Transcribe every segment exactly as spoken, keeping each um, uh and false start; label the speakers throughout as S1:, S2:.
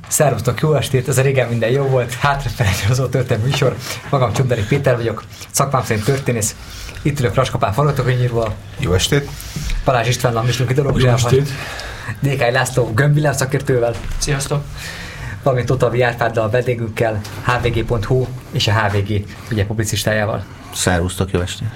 S1: Szervusztok, jó estét, ez a régen minden jó volt, hátrafelejtőzó történet műsor. Magam Csundari Péter vagyok, szakmám szerint történész. Itt ülök Raskapán forgatókönyvírval.
S2: Jó estét.
S1: Balázs Istvánnal, Misnuk ideológiával. Dé Ká László gömbvillám szakértővel.
S3: Sziasztok.
S1: Valamint Totavi Árpáddal, a vendégünkkel, há vé gé pont hú és a há vé gé ugye publicistájával.
S4: Szervusztok, jó estét.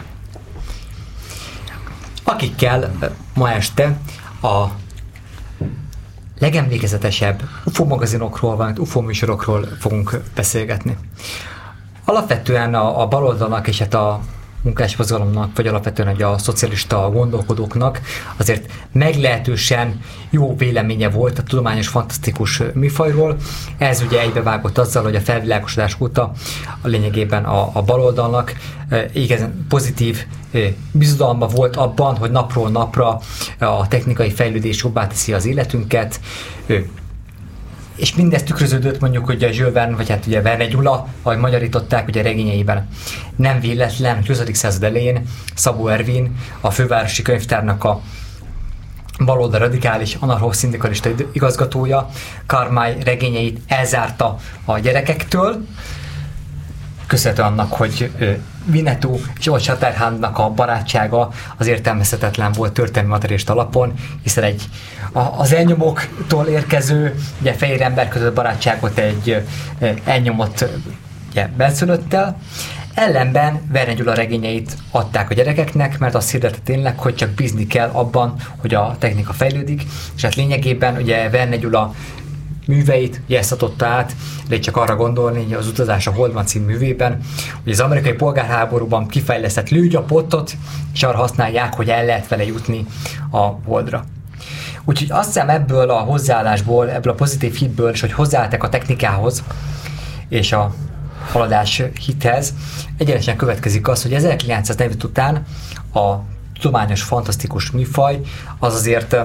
S1: Akikkel ma este a legemlékezetesebb u f o magazinokról, vagy u f o műsorokról fogunk beszélgetni. Alapvetően a, a baloldalnak és hát a munkásmozgalomnak, vagy alapvetően a szocialista gondolkodóknak azért meglehetősen jó véleménye volt a tudományos fantasztikus műfajról. Ez ugye egybevágott azzal, hogy a felvilágosodás óta a lényegében a, a baloldalnak e, igazán pozitív e, bizodalma volt abban, hogy napról napra a technikai fejlődés jobbá teszi az életünket, e, és mindez tükröződött mondjuk, hogy a Jules Verne, vagy hát ugye Verne Gyula, ahogy magyarították ugye regényeiben. Nem véletlen, hogy huszadik század elején Szabó Ervin, a fővárosi könyvtárnak a baloldal radikális, anarcho-szindikalista igazgatója Karmály regényeit elzárta a gyerekektől, köszönhető annak, hogy Winnetou és Old Shatterhandnak a barátsága az értelmezhetetlen volt történelmi materialista alapon, hiszen egy a, az elnyomoktól érkező ugye, fehér ember között barátságot egy elnyomott ugye, benszülöttel. Ellenben Verne Gyula regényeit adták a gyerekeknek, mert azt hirdette tényleg, hogy csak bízni kell abban, hogy a technika fejlődik, és hát lényegében ugye Verne Gyula műveit, ugye ezt adta át, de csak arra gondolni, hogy az Utazás a Holdban című művében, hogy az amerikai polgárháborúban kifejlesztett lőgyapotot, és arra használják, hogy el lehet vele jutni a Holdra. Úgyhogy azt hiszem ebből a hozzáállásból, ebből a pozitív hitből, és hogy hozzáálltak a technikához, és a haladás hithez, egyenesen következik az, hogy ezerkilencszáznegyven után a tudományos, fantasztikus műfaj az azért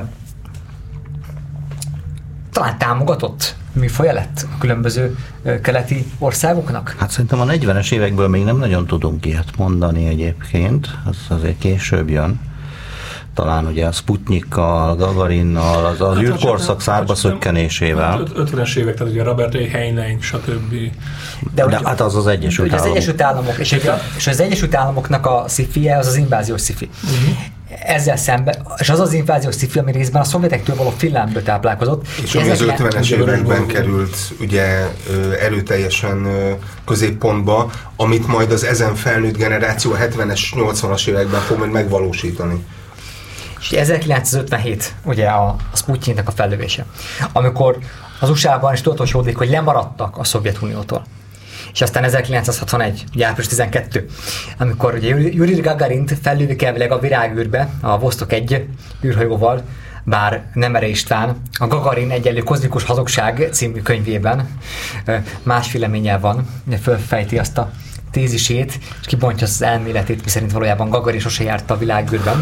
S1: talán támogatott műfaja lett a különböző keleti országoknak?
S4: Hát szerintem a negyvenes évekből még nem nagyon tudunk ilyet mondani egyébként, az azért később jön. Talán ugye a Sputnikkal, Gagarinnal, az, az hát űrkorszak szárba szökkenésével.
S3: ötvenes évek, tehát ugye Robert A. Heinlein, stb.
S4: De, De hát az az Egyesült
S1: Államok. Az Egyesült Államok, és, és az Egyesült Államoknak a sci-fije az az inváziós sci-fi. Uh-huh. Ezzel szemben, és az az inváziós sci-fi, ami részben a szovjetektől való filmből táplálkozott.
S2: És ami az ötvenes években került ugye erőteljesen középpontba, amit majd az ezen felnőtt generáció a hetvenes, nyolcvanas években fog majd megvalósítani.
S1: És ezerkilencszázötvenhét ugye a, a Sputniknak a fellövése, amikor az u es á-ban is tudatosódik, hogy lemaradtak a Szovjetuniótól. És aztán ezerkilencszázhatvanegy, ugye április tizenkettő, amikor ugye Jurij Gagarint fellövik elvileg a virágűrbe, a Vostok egy űrhajóval, bár Nemere István a Gagarin egyenlő kozmikus hazugság című könyvében más véleménnyel van, fölfejti azt a tézisét, és kibontja az elméletét, miszerint valójában Gagarin sose járt a világűrben.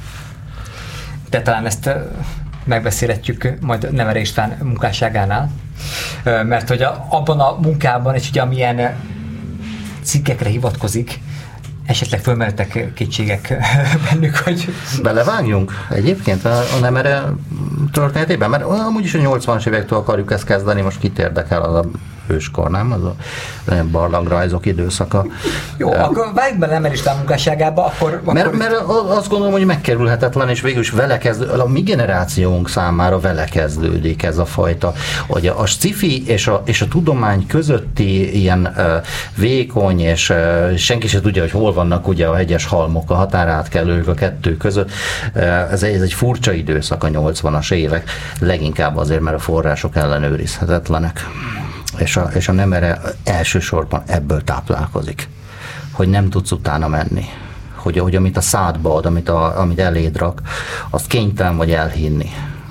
S1: De talán ezt megbeszélhetjük majd Nemere István munkásságánál, mert hogy a, abban a munkában, és ugye amilyen cikkekre hivatkozik, esetleg fölmerültek kétségek bennük, hogy...
S4: Belevágjunk egyébként a, a Nemere történetében, mert amúgy is a nyolcvanas évektől akarjuk ezt kezdeni, most kit érdekel az a hőskor, nem? Az a barlangrajzok időszaka.
S1: Jó, uh, akkor vágjunk bele Nemere István munkásságába, akkor...
S4: Mert,
S1: akkor...
S4: mert azt gondolom, hogy megkerülhetetlen, és végül is vele kezdő, a mi generációnk számára vele kezdődik ez a fajta, hogy a, a sci-fi és a, és a tudomány közötti ilyen uh, vékony, és uh, senki sem tudja, hogy hol vannak ugye a hegyes halmok, a határátkelők a kettő között. Uh, ez, egy, ez egy furcsa időszak a nyolcvanas évek, leginkább azért, mert a források ellenőrizhetetlenek. És a, és a Nemere elsősorban ebből táplálkozik, hogy nem tudsz utána menni. Hogy, hogy amit a szádba ad, amit, a, amit eléd rak, azt kénytelen vagy elhinni.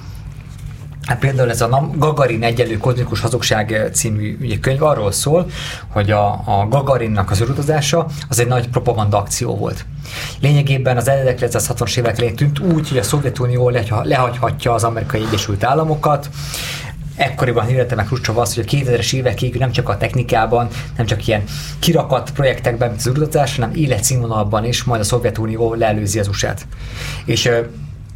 S1: Hát például ez a Gagarin egyenlő kozmikus hazugság című ugye, könyv arról szól, hogy a, a Gagarinnak az űrutazása az egy nagy propaganda akció volt. Lényegében az ezerkilencszázhatvanas évek elején tűnt úgy, hogy a Szovjetunió lehagyhatja az Amerikai Egyesült Államokat. Ekkoriban hirdette meg Hruscsov azt, hogy a kétezres évekig nem csak a technikában, nem csak ilyen kirakat projektekben, mint az űrutazás, hanem életszínvonalban is majd a Szovjetunió leelőzi az u es á-t. És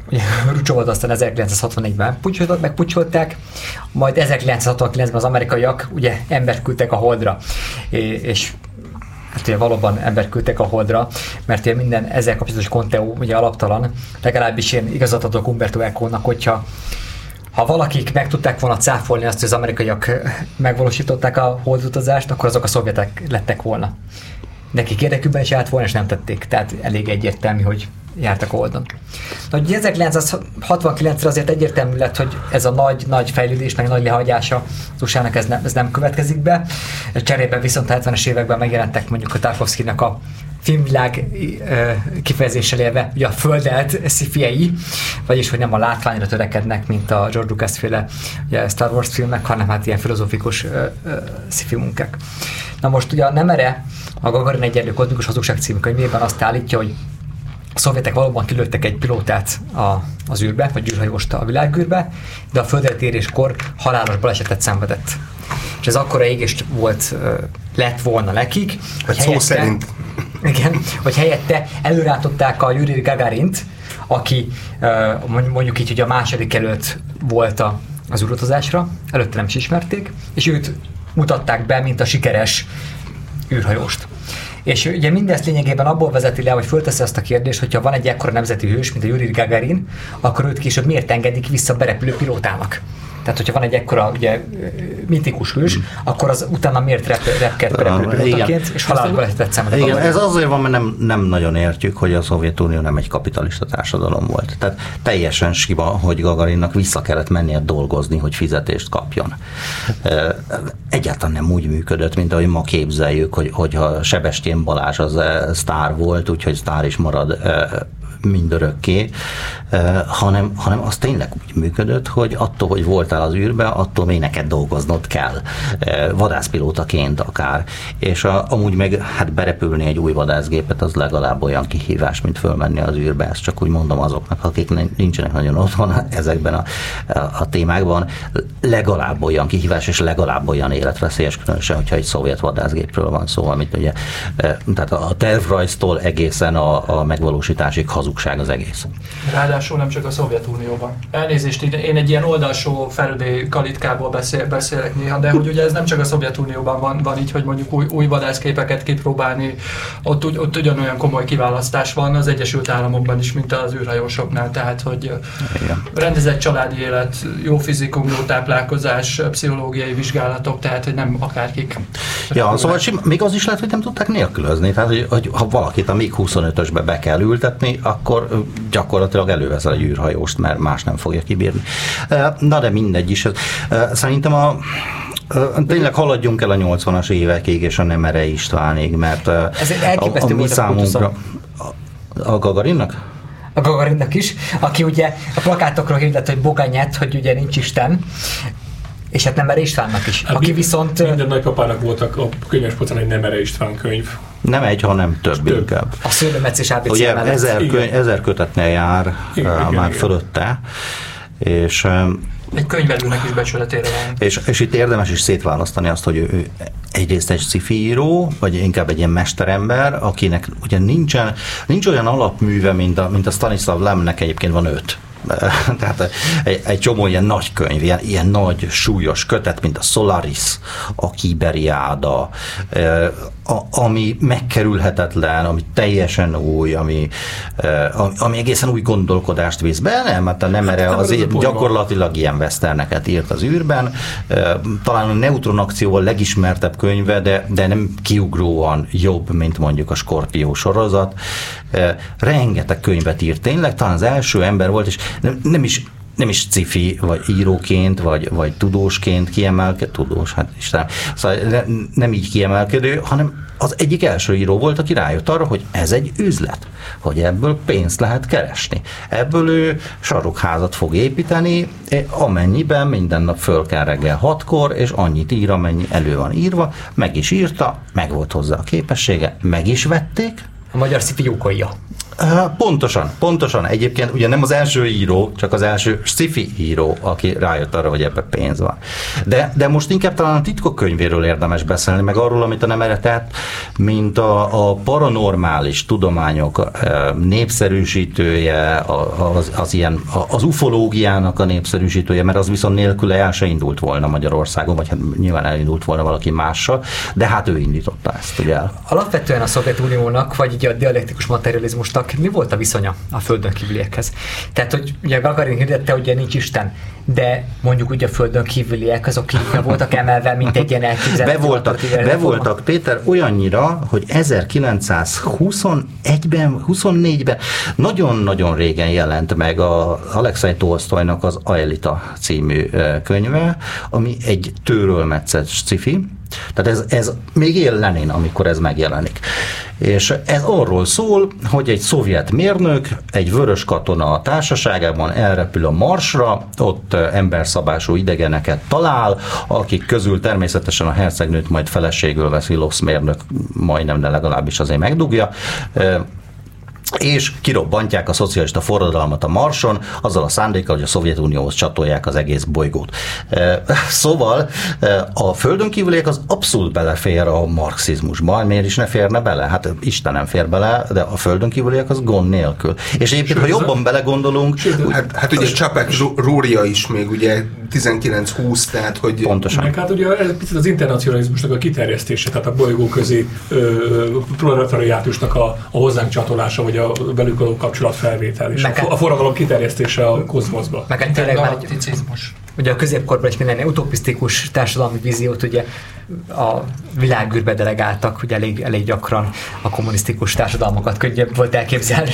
S1: Hruszcsovot aztán ezerkilencszázhatvannégyben megpucsolták, majd ezerkilencszázhatvankilencben az amerikaiak ugye embert küldtek a Holdra, és hát ugye valóban embert küldtek a Holdra, mert ugye minden ezzel kapcsolatos konteó ugye alaptalan, legalábbis én igazat adok Umberto Eco-nak, hogyha ha valakik meg tudták volna cáfolni azt, hogy az amerikaiak megvalósították a holdutazást, akkor azok a szovjetek lettek volna. Nekik érdekükben is állt volna, és nem tették. Tehát elég egyértelmű, hogy jártak a Holdon. Na, ezerkilencszázhatvankilencre azért egyértelmű lett, hogy ez a nagy, nagy fejlődés, meg nagy lehagyása az u es á-nak ez nem, ez nem következik be. Cserében viszont a hetvenes években megjelentek mondjuk a Tarkovszkynak a filmvilág kifejezéssel élve, ugye a földelt sci-fiei, vagyis hogy nem a látványra törekednek, mint a George Lucas-féle ugye Star Wars filmek, hanem hát ilyen filozófikus uh, uh, sci-fi munkák. Na most ugye nem erre a Gagarin egyenlő kozmikus hazugság című könyvében azt állítja, hogy a szovjetek valóban kilőttek egy pilótát a, az űrbe, vagy űrhajóst a világűrbe, de a földre téréskor halálos balesetet szenvedett. És ez akkora égést volt, lett volna nekik, hogy
S2: szó szerint.
S1: Igen, hogy helyette előrátották a Jurij Gagarint, aki mondjuk így, hogy a második előtt volt az űrutazásra, előtte nem is ismerték, és őt mutatták be, mint a sikeres űrhajóst. És ugye mindezt lényegében abból vezeti le, hogy fölteszi azt a kérdést, hogyha van egy ekkora nemzeti hős, mint a Jurij Gagarin, akkor őt később miért engedik vissza berepülő pilótának? Tehát, hogyha van egy ekkora ugye, mitikus hős, mm. akkor az utána miért rep, repked berepülő pilótaként, és halálba lehetett szenvedni.
S4: Igen, ez azért van, mert nem, nem nagyon értjük, hogy a Szovjetunió nem egy kapitalista társadalom volt. Tehát teljesen sima, hogy Gagarinnak vissza kellett mennie dolgozni, hogy fizetést kapjon. Egyáltalán nem úgy működött, mint ahogy ma képzeljük, hogy, hogyha Sebestyén Balázs az sztár volt, úgyhogy sztár is marad mindörökké, uh, hanem, hanem az tényleg úgy működött, hogy attól, hogy voltál az űrbe, attól még neked dolgoznod kell. Uh, vadászpilótaként akár. És a, amúgy meg hát berepülni egy új vadászgépet, az legalább olyan kihívás, mint fölmenni az űrbe. Ezt csak úgy mondom azoknak, akik nincsenek nagyon otthon ezekben a, a, a témákban. Legalább olyan kihívás, és legalább olyan életveszélyes, különösen, hogyha egy szovjet vadászgépről van szó, amit ugye, uh, tehát a tervrajztól egészen a, a megvalósításig hazugság az egész.
S5: Ráadásul nem csak a Szovjetunióban. Elnézést, én egy ilyen oldalsó Faraday kalitkából beszél, beszélek néha, de hogy ugye ez nem csak a Szovjetunióban van, van így, hogy mondjuk új, új vadászképeket kipróbálni, ott, ott ugyanolyan komoly kiválasztás van az Egyesült Államokban is, mint az űrhajósoknál, tehát hogy igen. Rendezett családi élet, jó fizikum, jó táplálkozás, pszichológiai vizsgálatok, tehát hogy nem akárkik.
S4: Ja, szóval még az is lehet, hogy nem tudták nélkülözni, tehát hogy, hogy ha valakit a MiG huszonötösbe be kell ültetni, akkor gyakorlatilag előveszel egy űrhajóst, mert más nem fogja kibírni. Na de mindegy is. Szerintem a tényleg haladjunk el a nyolcvanas évekig és a Nemere Istvánig, mert
S1: ez
S4: a, a mi számunkra... A, a Gagarinnak?
S1: A Gagarinnak is, aki ugye a plakátokról hirdett, hogy Boganyet, hogy ugye nincs Isten, és hát Nemere Istvánnak is, hát aki mi, viszont...
S3: Minden nagypapának voltak a könyvespolcon egy Nemere István könyv.
S4: Nem egy, hanem több, több. inkább.
S1: A Szőlőmetsz és á bé cé
S4: ugye
S1: mellett.
S4: Ezer, könyv, ezer kötetnél jár igen, uh, igen, már igen. fölötte, és... Um,
S5: egy könyvelőnek is becsületére van.
S4: És, és itt érdemes is szétválasztani azt, hogy ő egyrészt egy sci-fi író, vagy inkább egy ilyen mesterember, akinek ugye nincsen, nincs olyan alapműve, mint a, mint a Stanislav Lemnek, egyébként van öt. Tehát egy, egy csomó ilyen nagy könyv, ilyen, ilyen nagy, súlyos kötet, mint a Solaris, a Kiberiáda, a, ami megkerülhetetlen, ami teljesen új, ami, ami egészen új gondolkodást visz be, nem? Mert a Nemere azért gyakorlatilag ilyen westerneket írt az űrben, talán a Neutron Akció a legismertebb könyve, de, de nem kiugróan jobb, mint mondjuk a Skorpió sorozat. Rengeteg könyvet írt tényleg, talán az első ember volt, és nem, nem is nem is sci-fi, vagy íróként, vagy, vagy tudósként kiemelkedő, tudós, hát Istenem, szóval ne, nem így kiemelkedő, hanem az egyik első író volt, aki rájött arra, hogy ez egy üzlet, hogy ebből pénzt lehet keresni. Ebből ő sarokházat fog építeni, amennyiben minden nap föl kell reggel hatkor, és annyit ír, amennyi elő van írva, meg is írta, meg volt hozzá a képessége, meg is vették.
S1: A magyar sci-fi jókolja.
S4: Pontosan, pontosan. Egyébként ugye nem az első író, csak az első sci-fi író, aki rájött arra, hogy ebbe pénz van. De, de most inkább talán a titkok könyvéről érdemes beszélni, meg arról, amit a Nemere tett, mint a, a paranormális tudományok népszerűsítője, az, az, ilyen, az ufológiának a népszerűsítője, mert az viszont nélküle el se indult volna Magyarországon, vagy hát nyilván elindult volna valaki mással, de hát ő indította ezt, ugye el.
S1: Alapvetően a Szovjetuniónak, vagy így a dialektikus materializmusnak mi volt a viszonya a földön kívüliekhez? Tehát, hogy ugye Gagarin hirdette, hogy nincs Isten, de mondjuk ugye a földön kívüliek azok ki voltak emelve, mint egy ilyen elképzelhető.
S4: Be voltak, be voltak, Péter, olyannyira, hogy ezerkilencszázhuszonegyben, huszonnégyben nagyon-nagyon régen jelent meg a Alexej Tolsztojnak az Aelita című könyve, ami egy tőrölmetszett sci-fi. Tehát ez, ez még él Lenin, amikor ez megjelenik. És ez arról szól, hogy egy szovjet mérnök egy vörös katona társaságában elrepül a Marsra, ott emberszabású idegeneket talál, akik közül természetesen a hercegnőt majd feleségül veszi Losz mérnök, majdnem, de legalábbis azért megdugja, és kirobbantják a szocialista forradalmat a Marson, azzal a szándékkal, hogy a Szovjetunióhoz csatolják az egész bolygót. Szóval a földön kívüliek az abszolút belefér a marxizmusba, miért is ne férne bele? Hát Isten nem fér bele, de a földön kívüliek az gond nélkül. És egyébként, ha jobban belegondolunk...
S2: Sőt, hát, hát ugye Csapek Rúria is még ugye tizenkilenc húsz, tehát hogy...
S4: Pontosan.
S3: Meg hát ugye ez picit az internacionalizmusnak a kiterjesztése, tehát a bolygóközi proletariátusnak a, a hozzánk csatolása, vagy a velük való kapcsolatfelvétel, és meg a, a forradalom kiterjesztése a kozmoszba.
S1: Meg hát tényleg már egy, ugye a középkorban is minden utopisztikus társadalmi víziót ugye a világűrbe delegáltak, ugye elég, elég gyakran a kommunisztikus társadalmakat könnyebb volt elképzelni.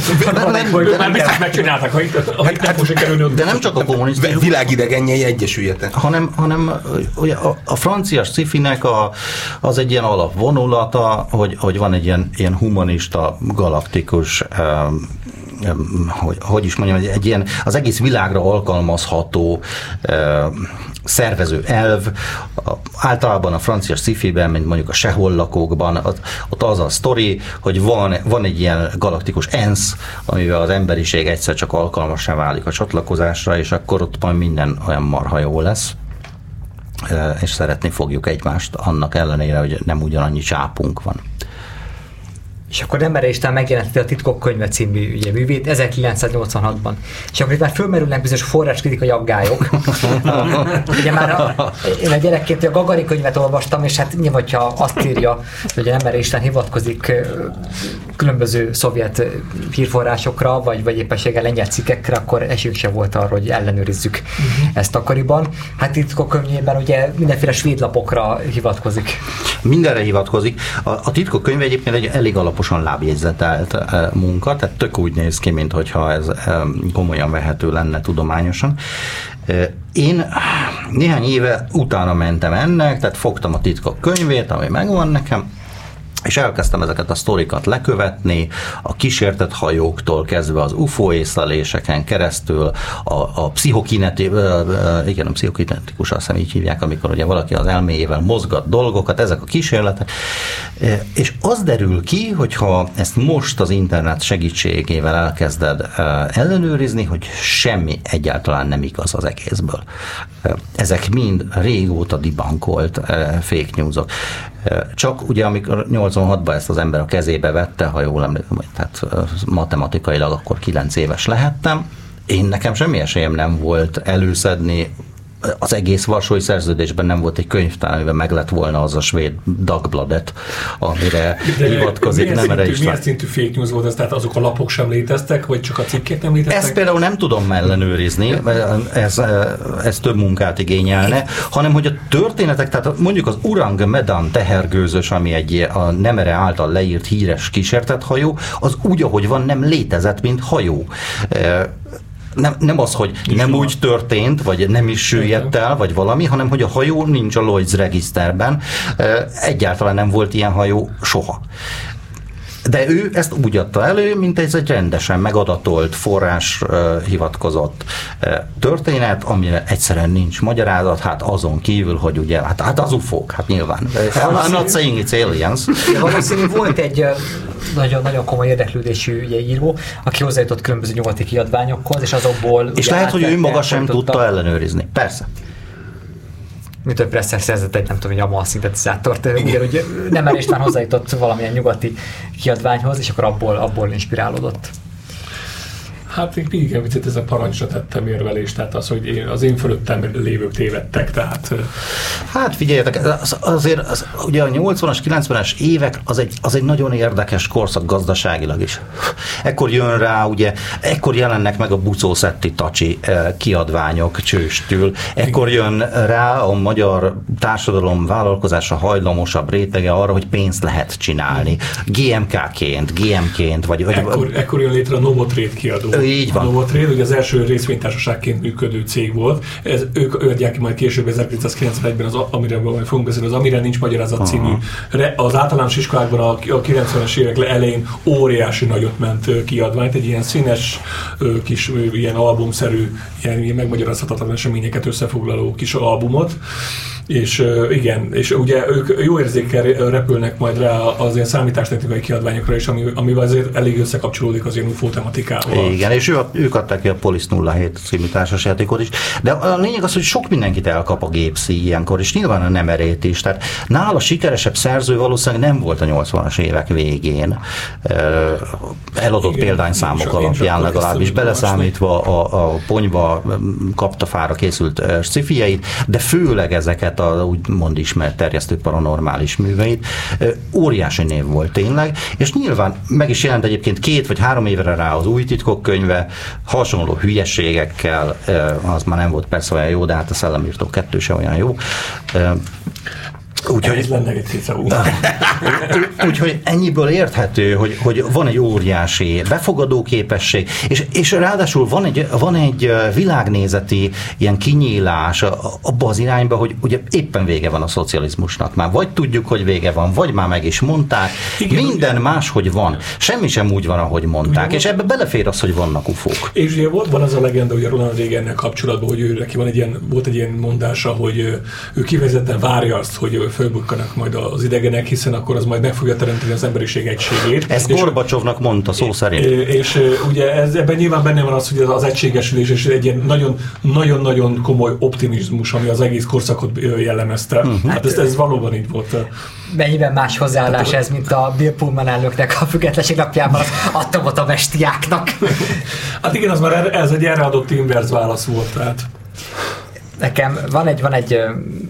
S3: Már biztos megcsináltak, ha itt nem fog sikerülni.
S4: De nem csak a kommunisztikus.
S2: Világidegennyei egyesüljetek.
S4: Hanem, hanem ugye a, a francia sci-finek a, az egy ilyen alapvonulata, hogy, hogy van egy ilyen, ilyen humanista, galaktikus um, Hogy, hogy is mondjam, egy ilyen az egész világra alkalmazható uh, szervező elv, a, általában a francia sci-fiben, mint mondjuk a Sehol lakókban, az, ott az a sztori, hogy van, van egy ilyen galaktikus ENSZ, amivel az emberiség egyszer csak alkalmassá válik a csatlakozásra, és akkor ott majd minden olyan marha jó lesz, uh, és szeretni fogjuk egymást, annak ellenére, hogy nem ugyanannyi csápunk van.
S1: És akkor Nemere István megjelentette a Titkok könyve című ugye, művét ezerkilencszáznyolcvanhatban. És akkor itt már fölmerülnek bizonyos forráskritikai aggályok. Ugye már a, én a gyerekként a Gagarin könyvet olvastam, és hát nyilván, hogyha azt írja, hogy a Nemere István hivatkozik különböző szovjet hírforrásokra, vagy, vagy éppenséggel lengyel cikkekre, akkor esélyünk sem volt arra, hogy ellenőrizzük uh-huh. ezt akkoriban. Hát Titkok könyvében ugye mindenféle svéd lapokra hivatkozik.
S4: Mindenre hivatkozik. A, a Titkok könyve egyébként egy elég alaposan lábjegyzetelt e, munka, tehát tök úgy néz ki, mintha ez e, komolyan vehető lenne tudományosan. E, én néhány éve utána mentem ennek, tehát fogtam a Titkok könyvét, ami megvan nekem, és elkezdtem ezeket a sztorikat lekövetni, a kísértett hajóktól kezdve az u f o észleléseken keresztül, a, a pszichokineti, igen, a pszichokinetikus, azt hiszem így hívják, amikor ugye valaki az elméjével mozgat dolgokat, ezek a kísérletek, és az derül ki, hogyha ezt most az internet segítségével elkezded ellenőrizni, hogy semmi egyáltalán nem igaz az egészből. Ezek mind régóta debunkolt fake newsok. Csak ugye amikor nyolcvanhatban ezt az ember a kezébe vette, ha jól emlékszem, tehát matematikailag akkor kilenc éves lehettem, én nekem semmi esélyem nem volt előszedni, az egész Varsói Szerződésben nem volt egy könyvtár, amiben meg lett volna az a svéd Dagbladet, amire de hivatkozik Nemere István.
S3: Milyen szintű fake news volt ez? Tehát azok a lapok sem léteztek, vagy csak a cikkek nem léteztek?
S4: Ezt például nem tudom ellenőrizni, ez, ez több munkát igényelne, hanem hogy a történetek, tehát mondjuk az Urang Medan tehergőzös, ami egy a Nemere által leírt híres kísértett hajó, az úgy, ahogy van, nem létezett, mint hajó. Nem, nem az, hogy nincs nem úgy történt, vagy nem is süllyedt el, vagy valami, hanem hogy a hajó nincs a Lloyd's regiszterben. Egyáltalán nem volt ilyen hajó soha. De ő ezt úgy adta elő, mint ez egy rendesen megadatolt, forrás uh, hivatkozott uh, történet, amire egyszerűen nincs magyarázat, hát azon kívül, hogy ugye, hát, hát az ufók, hát nyilván. I'm not saying it's aliens.
S1: De valószínű volt egy nagyon, nagyon komoly érdeklődésű ugye, író, aki hozzájutott különböző nyugati kiadványokhoz, és azokból...
S4: És lehet, hogy ő maga sem tudta ellenőrizni. Persze.
S1: Mint hogy Presser szerzett egy, nem tudom, egy AMA szintetizátort, ugyanúgy nem István hozzájutott valamilyen nyugati kiadványhoz, és akkor abból, abból inspirálódott.
S3: Hát még mindig említett, ez a parancsra tettem érvelés, tehát az, hogy én, az én fölöttem lévők tévedtek, tehát...
S4: Hát figyeljetek, az, azért az, ugye a nyolcvanas, kilencvenes évek az egy, az egy nagyon érdekes korszak gazdaságilag is. Ekkor jön rá, ugye, ekkor jelennek meg a Bucó-Szetti Tacsi kiadványok csőstül, ekkor jön rá a magyar társadalom vállalkozása hajlamosabb rétege arra, hogy pénzt lehet csinálni. gé em ká-ként, gé em-ként, vagy...
S3: Ekkor, ekkor jön létre a Novotrade kiadó.
S4: Így van.
S3: A Novotrade, ugye az első részvénytársaságként működő cég volt. Ez, ők adják ki majd később ezerkilencszázkilencvenegyben, az, amire fogunk beszélni, az Amire nincs magyarázat című. Az általános iskolákban a, a kilencvenes évek elején óriási nagyot ment kiadványt, egy ilyen színes, kis ilyen albumszerű, ilyen, ilyen megmagyarázhatatlan eseményeket összefoglaló kis albumot. És igen, és ugye ők jó érzékkel repülnek majd rá az ilyen számítástechnikai kiadványokra is, ami, amivel azért elég összekapcsolódik az ilyen ufó tematikával.
S4: Igen, és ő, ők adták ki a Polis nulla hét című társasjátékot is. De a lényeg az, hogy sok mindenkit elkap a gépszi ilyenkor, és nyilván a Nemerét is. Tehát nála sikeresebb szerző valószínűleg nem volt a nyolcvanas évek végén. Eladott igen, példányszámok alapján legalábbis, beleszámítva a, a Ponyva kaptafára készült sci-fieit, de főleg ezeket a úgymond ismert terjesztő paranormális műveit. Óriási név volt tényleg, és nyilván meg is jelent egyébként két vagy három évre rá az Új titkok könyve, hasonló hülyeségekkel, az már nem volt persze olyan jó, de hát a Szellemírtó kettő se olyan jó.
S3: Úgyhogy lenne egy szó.
S4: Úgyhogy ennyiből érthető, hogy, hogy van egy óriási befogadó képesség, és, és ráadásul van egy, van egy világnézeti ilyen kinyílás abba az irányba, hogy ugye éppen vége van a szocializmusnak. Már vagy tudjuk, hogy vége van, vagy már meg is mondták. Igen, minden ugye, máshogy van. Semmi sem úgy van, ahogy mondták. Ugye, és ebbe belefér az, hogy vannak ufók.
S3: És ugye volt van az a legenda, hogy a Ronald Reagannel kapcsolatban, hogy ő neki van egy ilyen, volt egy ilyen mondása, hogy ő kifejezetten várja azt, hogy fölbukkanak majd az idegenek, hiszen akkor az majd meg fogja teremteni az emberiség egységét.
S4: Ezt Gorbacsovnak mondta szó szerint.
S3: És, és ugye ez, ebben nyilván benne van az, hogy az egységesülés és egy ilyen nagyon-nagyon komoly optimizmus, ami az egész korszakot jellemezte. Uh-huh. Hát ez, ez valóban így volt.
S1: Mennyiben más hozzáállás ez, mint a Bill Pullman elnöknek a függetlenség napjában az atomot a mestiáknak.
S3: Hát igen, az már ez egy erre adott inverz válasz volt. Tehát.
S1: Nekem van egy, van egy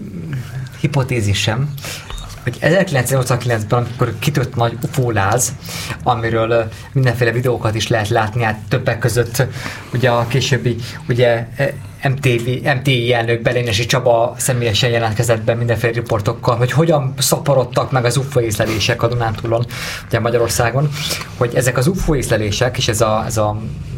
S1: hipotézisem, hogy ezerkilencszáznyolcvankilencben, amikor kitört nagy ufóláz, amiről mindenféle videókat is lehet látni, hát többek között ugye a későbbi ugye em té vé, em té i elnök Belénesi Csaba személyesen jelentkezett be mindenféle riportokkal, hogy hogyan szaporodtak meg az ufó észlelések a Dunántúlon, ugye Magyarországon, hogy ezek az ufó észlelések, és ez a, ez a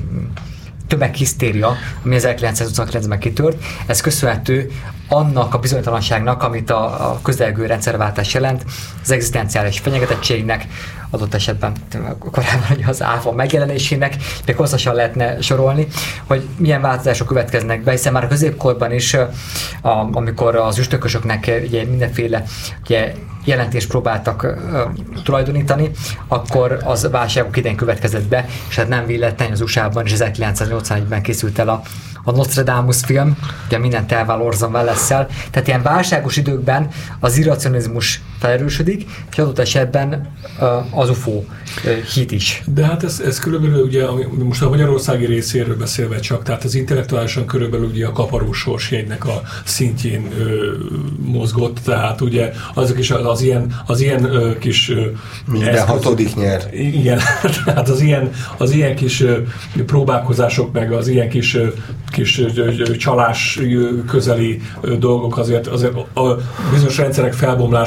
S1: tömeghisztéria, ami ezerkilencszázhuszonkilencben kitört, ez köszönhető annak a bizonytalanságnak, amit a, a közelgő rendszerváltás jelent, az egzisztenciális fenyegetettségnek, adott esetben korábban az áfa megjelenésének, még hosszasan lehetne sorolni, hogy milyen változások következnek be, hiszen már a középkorban is, a, amikor az üstökösöknek ugye, mindenféle ugye, jelentést próbáltak uh, tulajdonítani, akkor az válságok idején következett be, és hát nem véletlen az u es á-ban és ezerkilencszáznyolcvanegyben készült el a a Nostradamus film, ugye mindent elvál Orson Welles-szel, tehát ilyen válságos időkben az irracionalizmus felerősödik, és adott esetben uh, az ufó uh, hit is.
S3: De hát ez, ez körülbelül ugye, most a magyarországi részéről beszélve csak, tehát az intellektuálisan körülbelül ugye a kaparós sorsjegynek a szintjén ö, mozgott, tehát ugye azok is az, az ilyen, az ilyen ö, kis... Ö,
S2: Minden eszköz, hatodik nyer.
S3: Igen, tehát az ilyen, az ilyen kis ö, próbálkozások, meg az ilyen kis ö, kis csalás közeli dolgok azért, azért a bizonyos rendszerek felbomlásakor,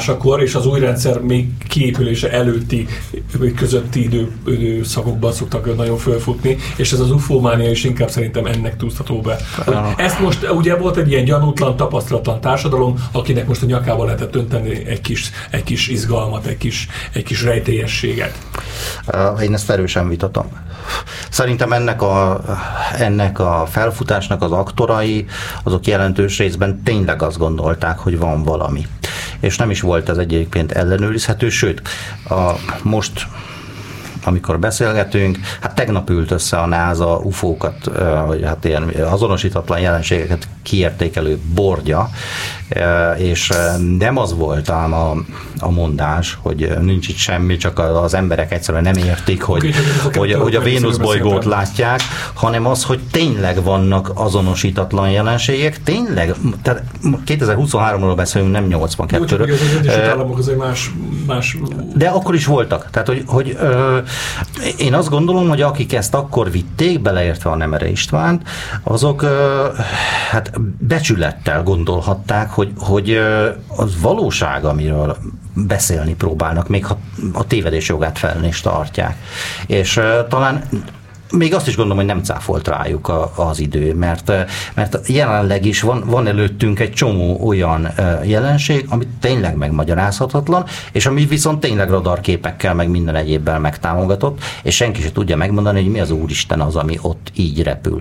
S3: és az új rendszer még kiépülése előtti közötti idő, időszakokban szoktak nagyon fölfutni, és ez az ufómánia is inkább szerintem ennek túlzható be. Ezt most ugye volt egy ilyen gyanútlan, tapasztalatlan társadalom, akinek most a nyakába lehetett önteni egy kis, egy kis izgalmat, egy kis, egy kis rejtélyességet.
S4: Én ezt erősen vitatom. Szerintem ennek a, ennek a felfutásnak az aktorai, azok jelentős részben tényleg azt gondolták, hogy van valami. És nem is volt ez egyébként ellenőrizhető, sőt, a, most amikor beszélgetünk, hát tegnap ült össze a NASA ufókat, vagy hát ilyen azonosítatlan jelenségeket kiértékelő bordja, és nem az volt ám a, a mondás, hogy nincs itt semmi, csak az emberek egyszerűen nem értik, hogy, hogy, hogy a Vénusz bolygót látják, hanem az, hogy tényleg vannak azonosítatlan jelenségek, tényleg, tehát kétezer-huszonháromról beszélünk, nem nyolcvankettőről.
S3: Az Egyesült Államok azért más, más...
S4: De akkor is voltak. Tehát, hogy, hogy ö, én azt gondolom, hogy akik ezt akkor vitték, beleértve a Nemere Istvánt, azok ö, hát becsülettel gondolhatták, hogy, hogy az valóság, amiről beszélni próbálnak, még ha a tévedés jogát fel is tartják. És talán még azt is gondolom, hogy nem cáfolt rájuk a, az idő, mert, mert jelenleg is van, van előttünk egy csomó olyan jelenség, amit tényleg megmagyarázhatatlan, és ami viszont tényleg radarképekkel, meg minden egyébbel megtámogatott, és senki sem tudja megmondani, hogy mi az Úristen az, ami ott így repül.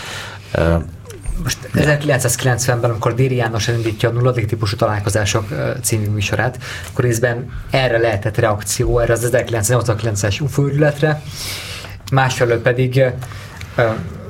S1: Most ezerkilencszázkilencvenben, amikor Déri János elindítja a Nulladik típusú találkozások című műsorát, akkor részben erre lehetett reakció, erre az ezerkilencszáznyolcvankilences ufó-őrületre, másfelől pedig uh,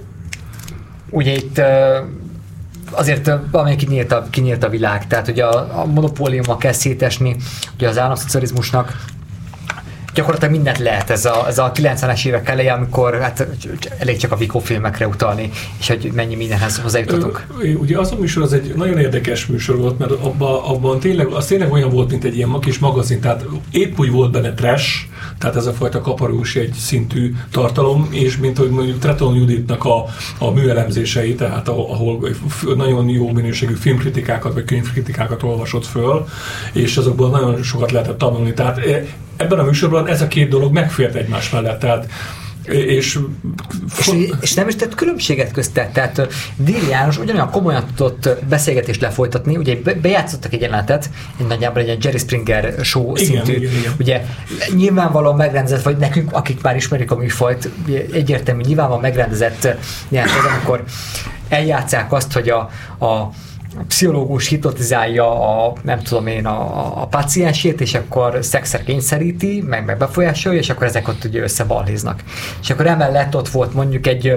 S1: ugye itt uh, azért uh, valamelyik kinyílt a, kinyílt a világ, tehát ugye a, a monopóliummal kell szétesni, ugye az államszocializmusnak gyakorlatilag mindent lehet, ez a, ez a kilencvenes évek eleje, amikor hát elég csak a Vico filmekre utalni, és hogy mennyi mindenhez hozzájutottunk.
S3: Ugye az a műsor az egy nagyon érdekes műsor volt, mert abban, abban tényleg, az tényleg olyan volt, mint egy ilyen kis magazin, tehát épp úgy volt benne trash, tehát ez a fajta kaparós egy szintű tartalom, és mint hogy mondjuk Treton Juditnak a, a műelemzései, tehát ahol nagyon jó minőségű filmkritikákat vagy könyvkritikákat olvasott föl, és azokból nagyon sokat lehetett tanulni. Tehát ebben a műsorban ez a két dolog megfért egymás mellett, tehát és,
S1: és, és nem is tett különbséget köztet, tehát Déri János ugyanolyan komolyan tudott beszélgetést lefolytatni, ugye bejátszottak egy jelenetet, egy nagyjából egy Jerry Springer show
S3: igen,
S1: szintű,
S3: igen, igen.
S1: ugye nyilvánvalóan megrendezett, vagy nekünk, akik már ismerik a műfajt, egyértelmű nyilvánvalóan megrendezett jelenet, amikor eljátszák azt, hogy a, a a pszichológus hipnotizálja a, nem tudom én, a, a paciensét, és akkor szexre kényszeríti, meg, meg befolyásolja, és akkor ezek ott ugye összebalhéznak. És akkor emellett ott volt mondjuk egy,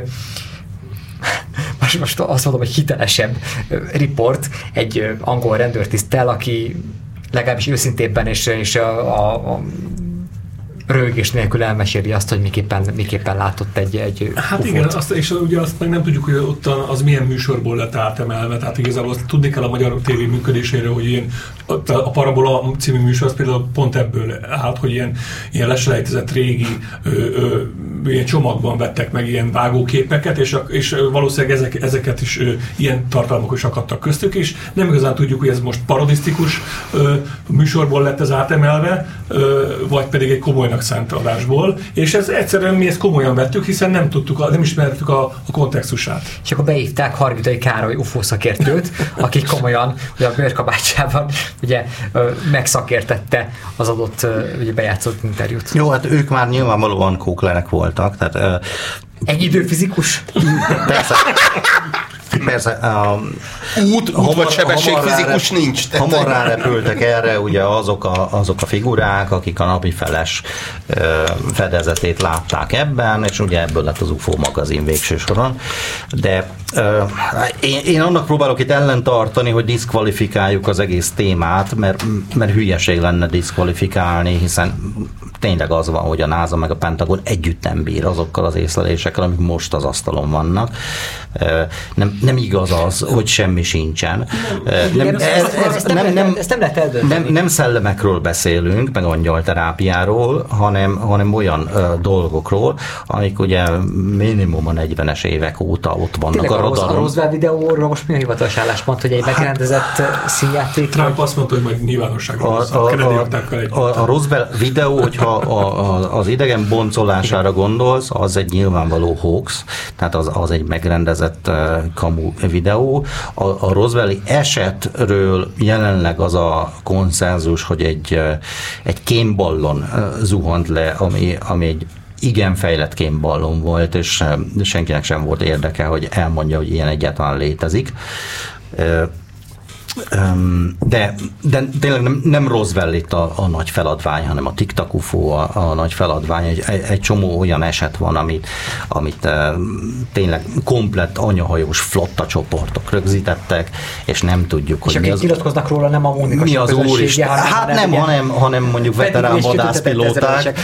S1: most, most azt mondom, hogy hitelesebb riport egy angol rendőrtiszttel, aki legalábbis őszintébben és, és a, a, a röhögés nélkül elmeséli azt, hogy miképpen, miképpen látott egy, egy
S3: Hát
S1: ufót.
S3: igen, azt, és ugye azt meg nem tudjuk, hogy ott az milyen műsorból lett átemelve, tehát igazából azt tudni kell a magyar tévé működéséről, hogy ilyen, a Parabola című műsor az például pont ebből állt, hogy ilyen, ilyen leselejtezett régi ö, ö, ilyen csomagban vettek meg ilyen vágóképeket, és, és valószínűleg ezek, ezeket is ö, ilyen tartalmak is akadtak köztük, és nem igazán tudjuk, hogy ez most parodisztikus ö, műsorból lett ez átemelve, ö, vagy pedig egy komolynak szánt adásból, és ez egyszerűen mi ezt komolyan vettük, hiszen nem tudtuk, nem ismertük a, a kontextusát.
S1: És akkor beívták Hargitai Károly ufó szakértőt, aki komolyan ugye a bőrkabácsában ugye megszakértette az adott ugye, bejátszott interjút.
S4: Jó, hát ők már nyilvánvalóan kóklerek voltak, tehát
S1: egy időfizikus?
S4: Persze. Persze, a
S2: út, út vagy sebességfizikus nincs.
S4: Hamar rárepültek erre ugye azok a, azok a figurák, akik a napi feles ö, fedezetét látták ebben, és ugye ebből lett az ufó magazin végső soron. De ö, én, én annak próbálok itt ellentartani, hogy diszkvalifikáljuk az egész témát, mert, mert hülyeség lenne diszkvalifikálni, hiszen tényleg az van, hogy a NASA meg a Pentagon együtt nem bír azokkal az észlelésekkel, amik most az asztalon vannak. Nem, nem igaz az, hogy semmi sincsen. Nem szellemekről beszélünk, meg angyalterápiáról, hanem, hanem olyan ö, dolgokról, amik ugye minimum a negyvenes évek óta ott vannak tényleg a oldalon.
S1: A Roswell videóról most mi a hivatalos álláspont, hogy egy hát, megrendezett színjáték?
S3: Trump azt mondta, hogy majd nyilvánosságra a, a, a,
S4: a, a Roswell videó, hogyha a, a, az idegen boncolására gondolsz, az egy nyilvánvaló hoax, tehát az, az egy megrendezett uh, kamu videó. A, a Roswelli esetről jelenleg az a konszenzus, hogy egy, uh, egy kémballon uh, zuhant le, ami, ami egy igen fejlett kémballon volt, és senkinek sem volt érdeke, hogy elmondja, hogy ilyen egyáltalán létezik. De, de tényleg nem, nem Roswell itt a, a nagy feladvány, hanem a Tic-Tac u f o a, a nagy feladvány. Egy, egy csomó olyan eset van, amit, amit e, tényleg komplett anyahajós flotta csoportok rögzítettek, és nem tudjuk,
S1: és
S4: hogy mi
S1: az... És nyilatkoznak róla, nem a Mónika
S4: mi az úristen.
S1: Hanem,
S4: hát nem,
S1: ilyen,
S4: hanem, hanem mondjuk veterán vadászpilóták,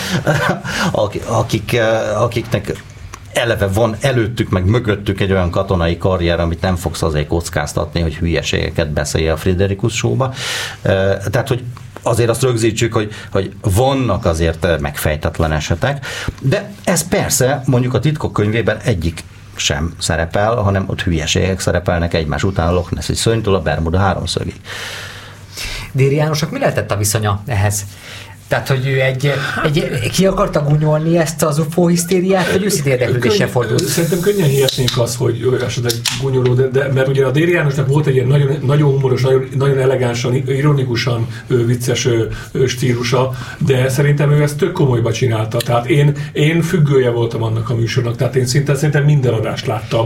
S4: akik, akiknek eleve van előttük, meg mögöttük egy olyan katonai karrier, amit nem fogsz azért kockáztatni, hogy hülyeségeket beszélje a Friderikus show-ba. Tehát, hogy azért azt rögzítsük, hogy, hogy vannak azért megfejtetlen esetek, de ez persze mondjuk a titkok könyvében egyik sem szerepel, hanem ott hülyeségek szerepelnek egymás után a Loch Nessi szörnytől a Bermuda háromszögig.
S1: Déri Jánosnak mi lehetett a viszonya ehhez? Tehát, hogy ő egy, egy, ki akarta gunyolni ezt az u f o hisztériát, vagy őszintén érdeklődéssel fordult?
S3: Szerintem könnyen hihetnénk azt, hogy esetleg gunyoló, de, de mert ugye a Déri Jánosnak volt egy ilyen nagyon, nagyon humoros, nagyon, nagyon elegánsan, ironikusan vicces stílusa, de szerintem ő ezt tök komolyba csinálta. Tehát én, én függője voltam annak a műsornak, tehát én szinte szerintem minden adást láttam,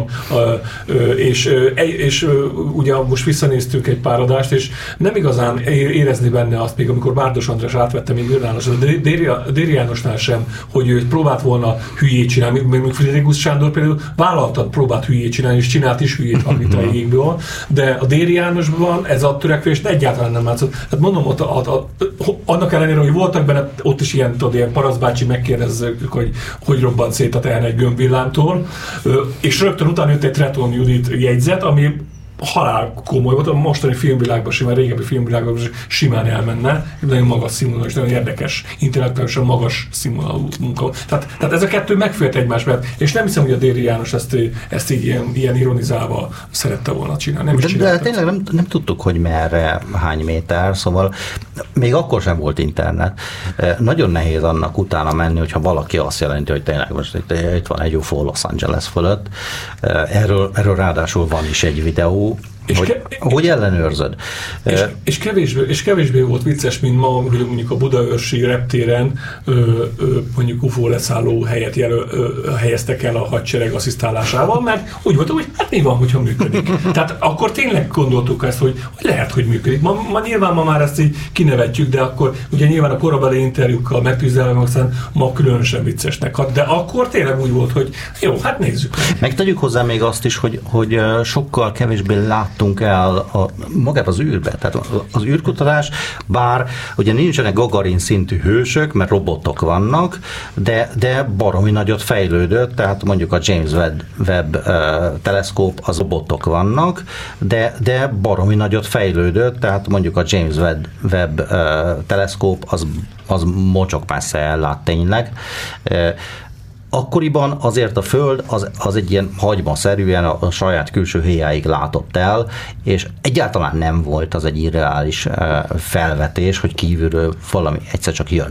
S3: és, és ugye most visszanéztünk egy pár adást, és nem igazán érezni benne azt, még amikor Bárdos András átvette még János, de Déri Jánosnál sem, hogy ő próbált volna hülyét csinálni, még Friderikus Sándor például vállaltan próbált hülyét csinálni, és csinált is hülyét, amit a égből, de a Déri Jánosban ez a törekvés egyáltalán nem látszott. Hát mondom, ott a, a, a, annak ellenére, hogy voltak benne, ott is ilyen, tudod, ilyen parasztbácsi megkérdezzük, hogy hogy robbant szét a teherny egy gömbvillámtól, és rögtön utána jött egy Treton Judit jegyzet, ami halál komoly volt, a mostani filmvilágban, simán régebbi filmvilágban simán elmenne, nagyon magas színvonalú és nagyon érdekes, intellektuálisan magas színvonalú munka. Tehát, tehát ez a kettő megfért egymás mellett, és nem hiszem, hogy a Déri János ezt, ezt így ilyen, ilyen ironizálva szerette volna csinálni. Nem
S4: de, de tényleg nem, nem tudtuk, hogy merre, hány méter, szóval még akkor sem volt internet. Nagyon nehéz annak utána menni, hogyha valaki azt jelenti, hogy tényleg most itt, itt van egy u f o Los Angeles fölött. Erről, erről ráadásul van is egy videó, És hogy, ke- hogy ellenőrzöd?
S3: És, és, kevésbé, és kevésbé volt vicces, mint ma, hogy mondjuk a budaörsi reptéren ö, ö, mondjuk u f o leszálló helyet jelö, ö, helyeztek el a hadsereg asszisztálásával, mert úgy volt, hogy hát mi van, hogyha működik. Tehát akkor tényleg gondoltuk ezt, hogy, hogy lehet, hogy működik. Ma, ma nyilván ma már ezt így kinevetjük, de akkor ugye nyilván a korabeli interjúkkal megtűzelve, aztán ma különösen viccesnek hat, de akkor tényleg úgy volt, hogy jó, hát nézzük.
S4: Megtegyük hozzá még azt is, hogy, hogy sokkal kevésbé lát el a, magát az űrbe. Tehát az űrkutatás, bár ugye nincsenek Gagarin szintű hősök, mert robotok vannak, de, de baromi nagyot fejlődött, tehát mondjuk a James Webb, Webb uh, teleszkóp, az robotok vannak, de, de baromi nagyot fejlődött, tehát mondjuk a James Webb, Webb uh, teleszkóp, az, az mocsok messze ellát tényleg. Uh, Akkoriban azért a Föld az, az egy ilyen hagymaszerűen a, a saját külső héjáig látott el, és egyáltalán nem volt az egy irreális uh, felvetés, hogy kívülről valami egyszer csak jön.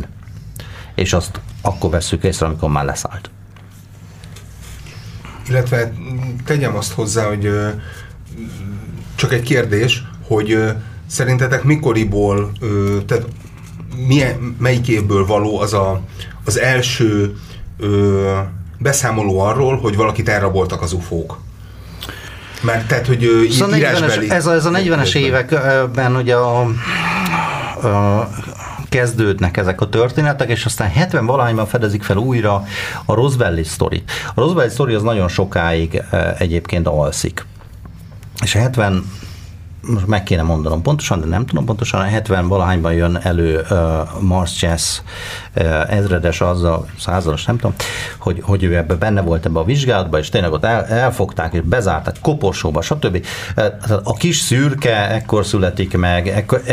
S4: És azt akkor vesszük észre, amikor már leszállt.
S2: Illetve tegyem azt hozzá, hogy uh, csak egy kérdés, hogy uh, szerintetek mikoriból, uh, tehát milyen, melyik évből való az a, az első Ö, beszámoló arról, hogy valakit elraboltak az ufók. Mert tehát, hogy ö,
S4: szóval
S2: írásbeli...
S4: Ez a, ez a negyvenes években ugye a, a kezdődnek ezek a történetek, és aztán hetven-valahányban fedezik fel újra a Roswelli sztorit. A Roswelli sztori az nagyon sokáig egyébként alszik. És a hetven most meg kéne mondanom pontosan, de nem tudom pontosan, a hetven-valahányban jön elő uh, Mars Jazz uh, ezredes azzal, százados, nem tudom, hogy, hogy ő ebbe benne volt ebbe a vizsgálatba, és tényleg ott el, elfogták, és bezárták koporsóba, stb. Uh, a kis szürke ekkor születik meg, ekkor, ekkor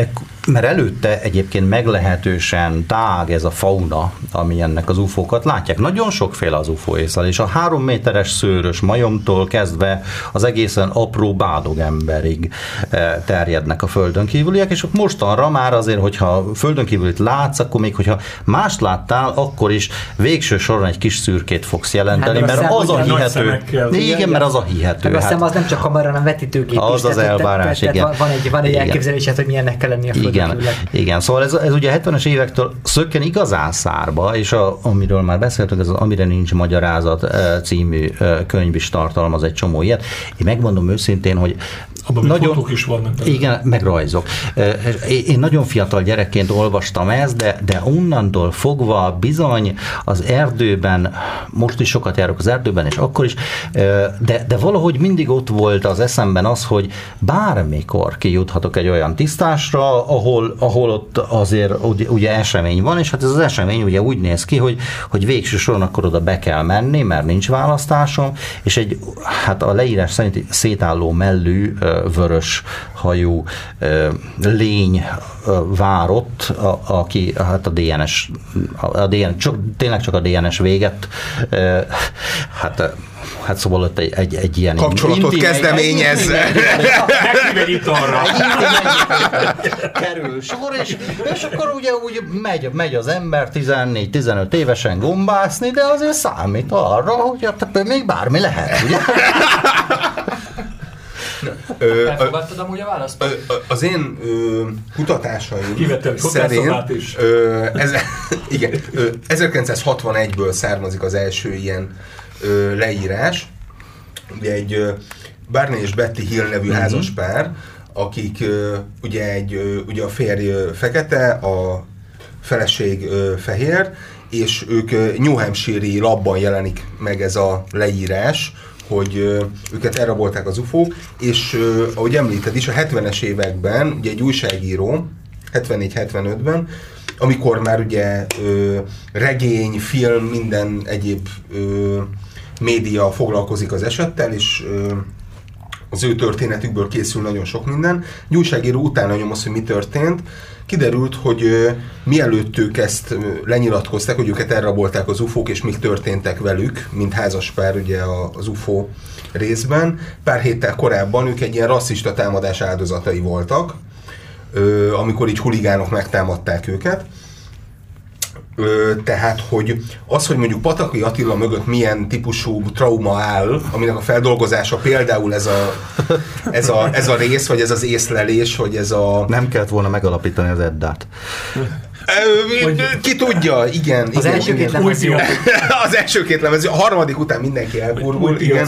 S4: mert előtte egyébként meglehetősen tág ez a fauna, ami ennek az ufókat látják. Nagyon sokféle az ufó észlelés. A három méteres szőrös majomtól kezdve az egészen apró bádogemberig terjednek a földön kívüliek, és mostanra már azért, hogyha földön kívülit látsz, akkor még hogyha mást láttál, akkor is végső soron egy kis szürkét fogsz jelenteni, hát, mert az a hihető. Igen, igen, mert az a hihető.
S1: Meg azt hiszem, az nem csak kamera, hanem vetítőgép
S4: az
S1: is.
S4: Az tehát, elvárás,
S1: tehát,
S4: igen.
S1: Tehát van egy, van egy elképzelésed, hogy milyennek kell lenni a földön
S4: igen,
S1: kívüliek.
S4: igen, szóval ez, ez ugye hetvenes évektől szökken igazán szárba, és a, amiről már beszéltünk, ez az Amire nincs magyarázat című könyv is tartalmaz egy csomó ilyet. Én megmondom őszintén, hogy
S3: abban nagyon, fotók is vannak.
S4: Igen, meg rajzok. Én nagyon fiatal gyerekként olvastam ezt, de, de onnantól fogva bizony az erdőben, most is sokat járok az erdőben, és akkor is, de, de valahogy mindig ott volt az eszemben az, hogy bármikor kijuthatok egy olyan tisztásra, ahol, ahol ott azért ugye, ugye esemény van, és hát ez az esemény ugye úgy néz ki, hogy, hogy végső soron akkor oda be kell menni, mert nincs választásom, és egy, hát a leírás szerint szétálló mellű vörös hajú lény várott, a, aki hát a dé en es, a dé en es csak, tényleg csak a dé en es véget, hát Hát szóval ott egy, egy, egy ilyen
S2: kapcsolatot kezdeményez.
S3: Megkivel itt arra.
S4: Kerül sor, és, és akkor ugye úgy megy, megy az ember tizennégy-tizenöt évesen gombászni, de azért számít arra, hogy hát még bármi lehet, ugye?
S5: Elfogadtad amúgy a választ?
S2: Az én ö, kutatásaim
S3: Kivettem,
S2: szerint is. Ö, ez, igen, ö, ezerkilencszázhatvanegyből származik az első ilyen ö, leírás. Ugye egy ö, Barney és Betty Hill nevű uh-huh. házaspár, akik ö, ugye, egy, ö, ugye a férj ö, fekete, a feleség ö, fehér, és ők ö, New Hampshire-i labban jelenik meg ez a leírás, hogy ö, őket elrabolták az ufók, és ö, ahogy említed is, a hetvenes években ugye egy újságíró, hetvennégy-hetvenötben, amikor már ugye ö, regény, film, minden egyéb ö, média foglalkozik az esettel, és ö, az ő történetükből készül nagyon sok minden. Egy újságíró utána nyomoz, hogy mi történt. Kiderült, hogy ö, mielőtt ők ezt ö, lenyilatkozták, hogy őket elrabolták az ufók, és mik történtek velük, mint házaspár ugye a, az ufó részben. Pár héttel korábban ők egy ilyen rasszista támadás áldozatai voltak, ö, amikor így huligánok megtámadták őket. Ö, tehát, hogy az, hogy mondjuk Pataki Attila mögött milyen típusú trauma áll, aminek a feldolgozása például ez a, ez a, ez a rész, vagy ez az észlelés, vagy ez a...
S4: Nem kellett volna megalapítani az Eddát.
S2: Ki tudja, igen.
S1: Az
S2: igen,
S1: első
S2: igen.
S1: két lemez jó.
S2: Az első két lemez, a harmadik után mindenki elgurgul. Igen.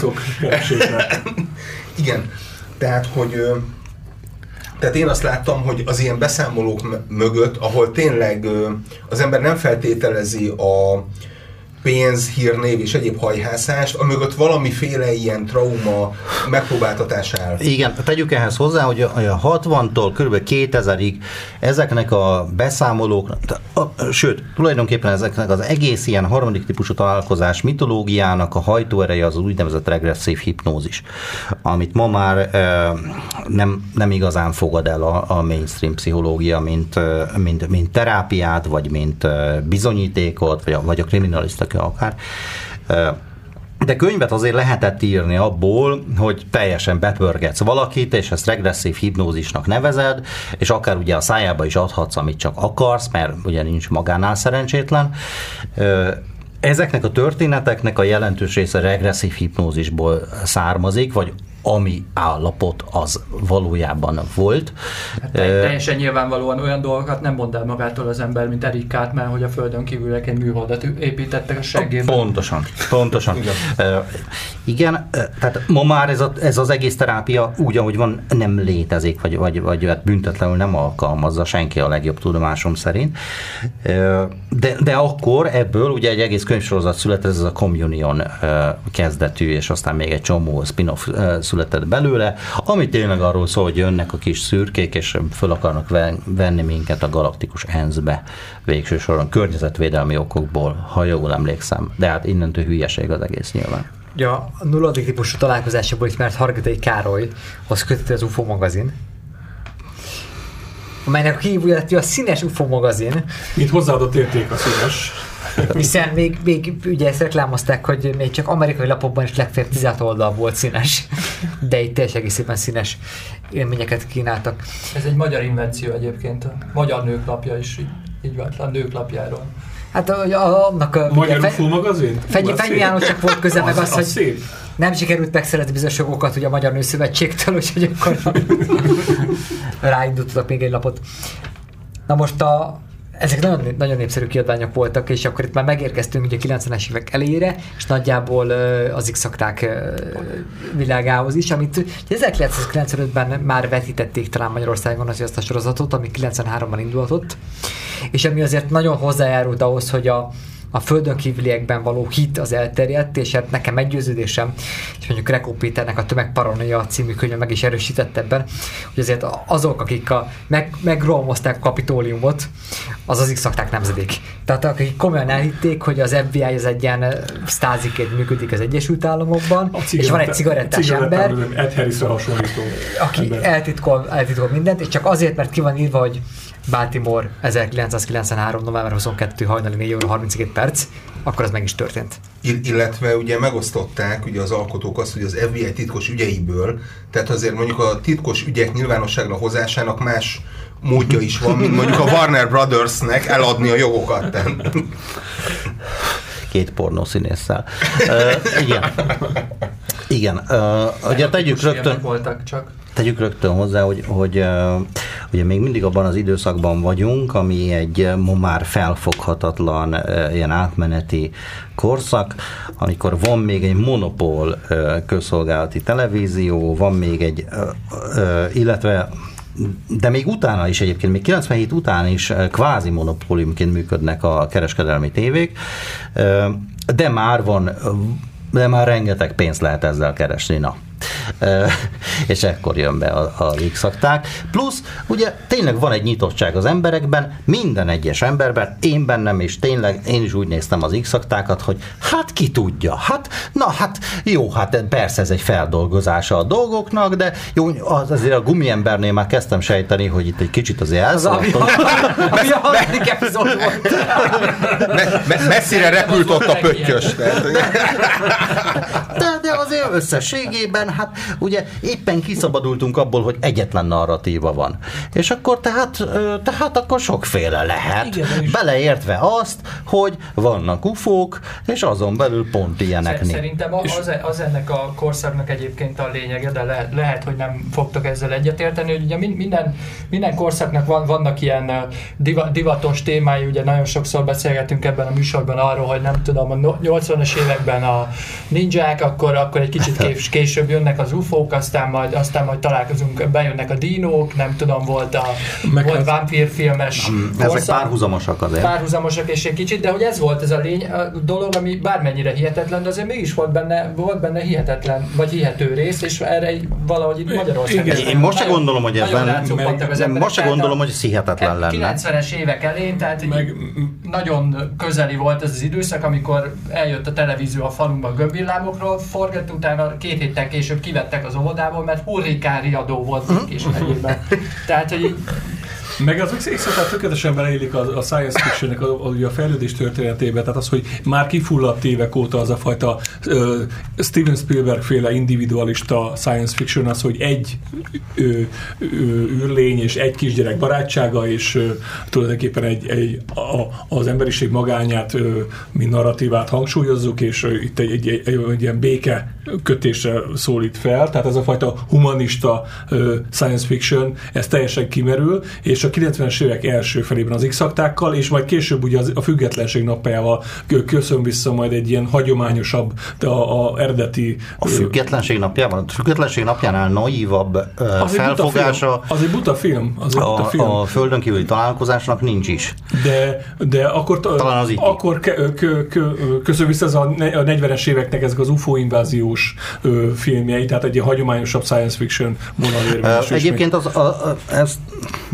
S2: Igen. Tehát, hogy... Tehát én azt láttam, hogy az ilyen beszámolók mögött, ahol tényleg az ember nem feltételezi a pénz, hírnév és egyéb hajhászást, amögött valamiféle ilyen trauma megpróbáltatás áll.
S4: Igen, tegyük ehhez hozzá, hogy a hatvantól kb. kétezerig ezeknek a beszámolóknak, sőt, tulajdonképpen ezeknek az egész ilyen harmadik típusú találkozás mitológiának a hajtóereje az úgynevezett regresszív hipnózis, amit ma már e, nem, nem igazán fogad el a, a mainstream pszichológia, mint, mint, mint terápiát, vagy mint bizonyítékot, vagy a, vagy a kriminalisztika akár. De könyvet azért lehetett írni abból, hogy teljesen bepörgetsz valakit, és ezt regresszív hipnózisnak nevezed, és akár ugye a szájába is adhatsz, amit csak akarsz, mert ugye nincs magánál szerencsétlen. Ezeknek a történeteknek a jelentős része regresszív hipnózisból származik, vagy ami állapot az valójában volt.
S5: Hát teljesen nyilvánvalóan olyan dolgokat nem mond el magától az ember, mint Eric Cartman, hogy a földön kívülek egy műholdat építettek a seggében.
S4: Pontosan, pontosan. Igen, uh, igen tehát ma már ez, a, ez az egész terápia úgy, ahogy van, nem létezik, vagy, vagy, vagy büntetlenül nem alkalmazza senki a legjobb tudomásom szerint. Uh, de, de akkor ebből ugye egy egész könyvsorozat született, ez a Communion uh, kezdetű, és aztán még egy csomó spin-off uh, született belőle, ami tényleg arról szól, hogy jönnek a kis szürkék, és föl akarnak venni minket a galaktikus ENSZ-be végső soron környezetvédelmi okokból, ha jól emlékszem. De hát innentől hülyeség az egész nyilván.
S1: Ja, a nulladik típusú találkozásából ismert Hargitai Károly, az kötött az u f o magazin. amelynek a kihívója lett a színes u f o magazin.
S3: Mint hozzáadott érték a színes.
S1: Hiszen még, még ugye ezt reklámozták, hogy még csak amerikai lapokban is legfeljebb tizenhat oldal volt színes, de itt teljesen egészében színes élményeket kínáltak.
S5: Ez egy magyar invenció egyébként, a Magyar Nők lapja is így, így vált, a Nők lapjáról.
S1: Hát annak a...
S3: Magyar u f o magazin?
S1: Fenyi János csak volt köze meg az, az, hogy
S3: szép.
S1: Nem sikerült megszerezni bizonyos jogokat ugye a Magyar Nőszövetségtől, úgyhogy akkor ráindultak még egy lapot. Na most a ezek nagyon, nagyon népszerű kiadványok voltak, és akkor itt már megérkeztünk ugye a kilencvenes évek elejére, és nagyjából az X-akták világához is, amit ezerkilencszázkilencvenötben már vetítették talán Magyarországon az azt a sorozatot, ami kilencvenháromban indulhatott, és ami azért nagyon hozzájárult ahhoz, hogy a a földön kívüliekben való hit az elterjedt, és hát nekem meggyőződésem, és mondjuk Rekó Péternek a Tömegparanoia című könyve meg is erősített ebben, hogy azért azok, akik a, meg, megrolmozták a Kapitóliumot, az az X-akták nemzedék. Tehát akik komolyan elhitték, hogy az ef bé i az egy ilyen sztáziként működik az Egyesült Államokban, cigaretta, és van egy cigarettás ember,
S3: Ed Harrisra hasonlító
S1: aki eltitkol, eltitkol mindent, és csak azért, mert ki van írva, hogy Baltimore ezerkilencszázkilencvenhárom. november huszonkettő hajnali négy óra harminckét perc, akkor az meg is történt.
S2: Illetve ugye megosztották ugye az alkotók azt, hogy az ef bé i titkos ügyeiből, tehát azért mondjuk a titkos ügyek nyilvánosságra hozásának más módja is van, mint mondjuk a Warner Brothersnek eladni a jogokat.
S4: Két pornószínésszel. uh, igen. Igen. Uh, ugye tegyük rögtön...
S5: voltak csak.
S4: Tegyük rögtön hozzá, hogy, hogy uh, ugye még mindig abban az időszakban vagyunk, ami egy ma már felfoghatatlan uh, ilyen átmeneti korszak, amikor van még egy monopól uh, közszolgálati televízió, van még egy, uh, uh, illetve de még utána is egyébként, még kilencvenhét után is kvázi monopóliumként működnek a kereskedelmi tévék, uh, de már van, de már rengeteg pénzt lehet ezzel keresni, na. Uh, és ekkor jön be az X-akták. Plusz, ugye tényleg van egy nyitottság az emberekben, minden egyes emberben, én bennem is tényleg, én is úgy néztem az X-aktákat, hogy hát ki tudja, hát, na hát jó, hát persze ez egy feldolgozása a dolgoknak, de jó, az, azért a gumiembernél már kezdtem sejteni, hogy itt egy kicsit azért elszaladtunk.
S1: Ami a harmadik epizód volt.
S2: Messzire repült ott a pöttyös.
S4: De, de azért összességében, hát ugye éppen kiszabadultunk abból, hogy egyetlen narratíva van. És akkor tehát, tehát akkor sokféle lehet. Igen, beleértve azt, hogy vannak ufók, és azon belül pont ilyenek.
S5: Szerintem az, az ennek a korszaknak egyébként a lényege, de le, lehet, hogy nem fogtok ezzel egyetérteni, hogy ugye minden, minden korszaknak van, vannak ilyen diva, divatos témái, ugye nagyon sokszor beszélgetünk ebben a műsorban arról, hogy nem tudom, a nyolcvanas években a ninják, akkor, akkor egy kicsit kés, később jönnek az ufók, aztán majd, aztán majd találkozunk, bejönnek a dinók, nem tudom, volt a volt vámpírfilmes
S4: korszak. Ezek párhuzamosak azért.
S5: Párhuzamosak és egy kicsit, de hogy ez volt ez a lény, a dolog, ami bármennyire hihetetlen, de azért mégis volt benne, volt benne hihetetlen, vagy hihető rész, és erre valahogy itt Magyarországon.
S4: Én most se gondolom, hogy ez lenne, most se gondolom, hogy ez hihetetlen lenne.
S5: kilencvenes évek elején, tehát meg, nagyon közeli volt ez az időszak, amikor eljött a televízió a falunkban gömbvillámokról, forgott, utána két héttel később kivettek az óvodából, mert hurrikán riadó volt Békés megyében. Tehát, hogy így...
S3: Meg az X-akták tökéletesen beleillik a, a science fictionnek a, a, a fejlődés történetébe, tehát az, hogy már kifulladt évek óta az a fajta uh, Steven Spielberg féle individualista science fiction, az, hogy egy ö, ö, űrlény és egy kisgyerek barátsága, és ö, tulajdonképpen egy, egy, a, az emberiség magányát, ö, mint narratívát hangsúlyozzuk, és ö, itt egy, egy, egy, egy ilyen béke kötésre szólít fel, tehát ez a fajta humanista ö, science fiction, ez teljesen kimerül, és a kilencvenes évek első felében az X-aktákkal, és majd később ugye az, a függetlenség napjával köszön vissza majd egy ilyen hagyományosabb, de a, a eredeti...
S4: A függetlenség napjában? A függetlenség napjánál naívabb uh, felfogása...
S3: Az egy buta film. Az egy buta
S4: a,
S3: film.
S4: A földön kívüli találkozásnak nincs is.
S3: De, de akkor,
S4: talán az
S3: akkor kö, kö, kö, köszön vissza ez a, a negyvenes éveknek ezek az u f o inváziós ö, filmjei, tehát egy hagyományosabb science fiction vonal érvényesül.
S4: Egyébként az, a, a, ez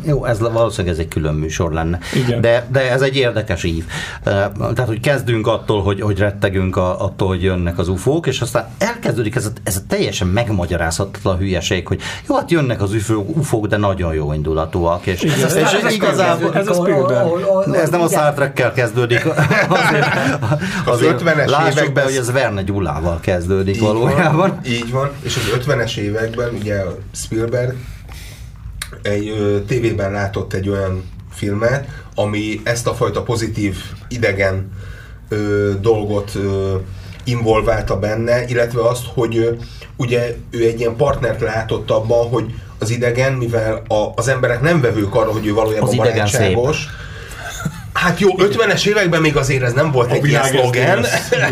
S4: Jó, ez valószínűleg ez egy külön műsor lenne. De, de ez egy érdekes ív. Tehát, hogy kezdünk attól, hogy, hogy rettegünk a, attól, hogy jönnek az ufók, és aztán elkezdődik ez a, ez a teljesen megmagyarázhatatlan hülyeség, hogy jó, hát jönnek az ufók, de nagyon jó indulatúak. És,
S3: igen,
S4: és,
S3: ez,
S4: és
S3: ez
S4: igazából
S3: ez, ez,
S4: ez nem a Star Trekkel kezdődik. Azért, azért
S2: ötvenes
S4: lássuk
S2: években
S4: be, hogy ez Verne Gyulával kezdődik
S2: így
S4: valójában.
S2: Van, így van, és az ötvenes években ugye Spielberg egy ö, tévében látott egy olyan filmet, ami ezt a fajta pozitív idegen ö, dolgot ö, involválta benne, illetve azt, hogy ö, ugye ő egy ilyen partnert látott abban, hogy az idegen, mivel a, az emberek nem vevők arra, hogy ő valójában barátságos. Hát jó, ötvenes években még azért ez nem volt a egy ilyen szlogen.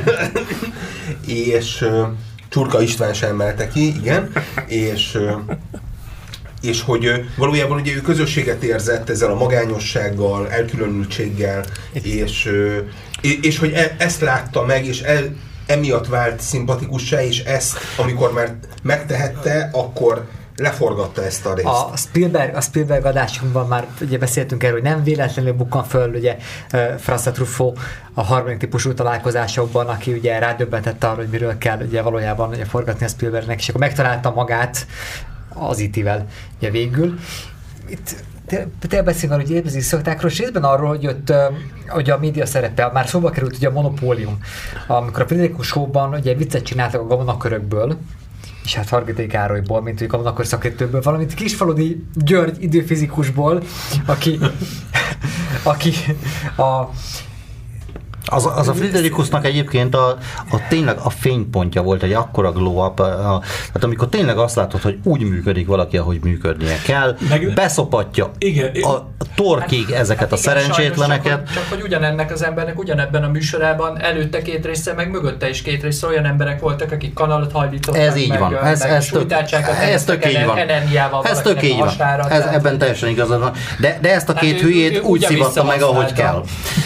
S2: És uh, Csurka István sem emelte ki, igen, és, uh, és hogy uh, valójában ugye ő közösséget érzett ezzel a magányossággal, elkülönültséggel, és, uh, és hogy e, ezt látta meg, és el, emiatt vált szimpatikussá, és ezt, amikor már megtehette, akkor leforgatta ezt a részt.
S1: A Spielberg, a Spielberg adásunkban már ugye beszéltünk erről, hogy nem véletlenül bukkan föl ugye François Truffaut a harmadik típusú találkozásokban, aki ugye rádöbbentett arra, hogy miről kell ugye valójában ugye forgatni a Spielbergnek, és akkor megtalálta magát az í té-vel ugye végül. Itt te beszélni arról, hogy élvezni szoktákról, és részben arról, hogy ott hogy a média szerepe, már szóba került ugye a monopólium, amikor a Friderikus Show-ban ugye viccet csináltak a gabonakörökből, és hát Hargitai Károlyból, mint hogy akkor szakértőből, valamint Kisfaludi György időfizikusból, aki, aki a
S4: Az, az a Friderikusnak egyébként a, a tényleg a fénypontja volt, egy akkora glow-up, tehát amikor tényleg azt látod, hogy úgy működik valaki, ahogy működnie kell, meg, beszopatja igen, a, a torkig hát, ezeket hát a igen, szerencsétleneket.
S5: Csak, csak hogy ugyanennek az embernek ugyanebben a műsorában előtte két része, meg mögötte is két része olyan emberek voltak, akik kanalat hajlítottak,
S4: ez így
S5: meg,
S4: van. Ez,
S5: meg
S4: ez tök, ez tök így van. Ez tök így van. Ez, ebben teljesen igazad van. De, de ezt a két hát hülyét ő, ő úgy szivatta meg, ahogy kell.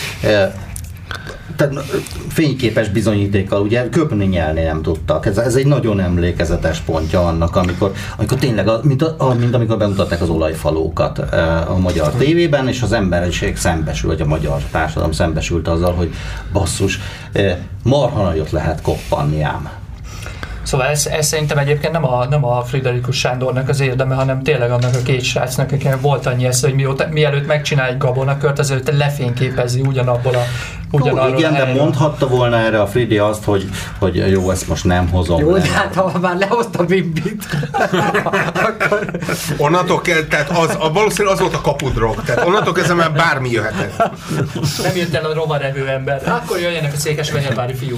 S4: Tehát fényképes bizonyítékkal, ugye köpni nyelni nem tudtak. Ez, ez egy nagyon emlékezetes pontja annak, amikor, amikor tényleg, a, mint, a, mint amikor bemutatták az olajfalókat a magyar tévében, és az emberiség szembesül, vagy a magyar társadalom szembesült azzal, hogy basszus, marha nagyot lehet koppanni ám.
S5: Szóval ez, ez szerintem egyébként nem a, nem a Friderikus Sándornak az érdeme, hanem tényleg annak a két srácnak, akinek volt annyi esze, hogy mióta, mielőtt megcsinál egy gabonakört, azért lefényképezi ugyanabból a ugyanarról
S4: Ó, igen,
S5: a
S4: de mondhatta volna erre a Fridi azt, hogy, hogy jó, ezt most nem hozom
S1: jó,
S4: le.
S1: de hát ha már lehozta Bimbit, akkor...
S2: Onnantól kell, tehát az, a, valószínűleg az volt a kapudrog, tehát onnantól kezdve már bármi jöhetett.
S5: Nem jött el a rovarevő ember. Akkor jöjjenek a Székesfehérvári fiúk.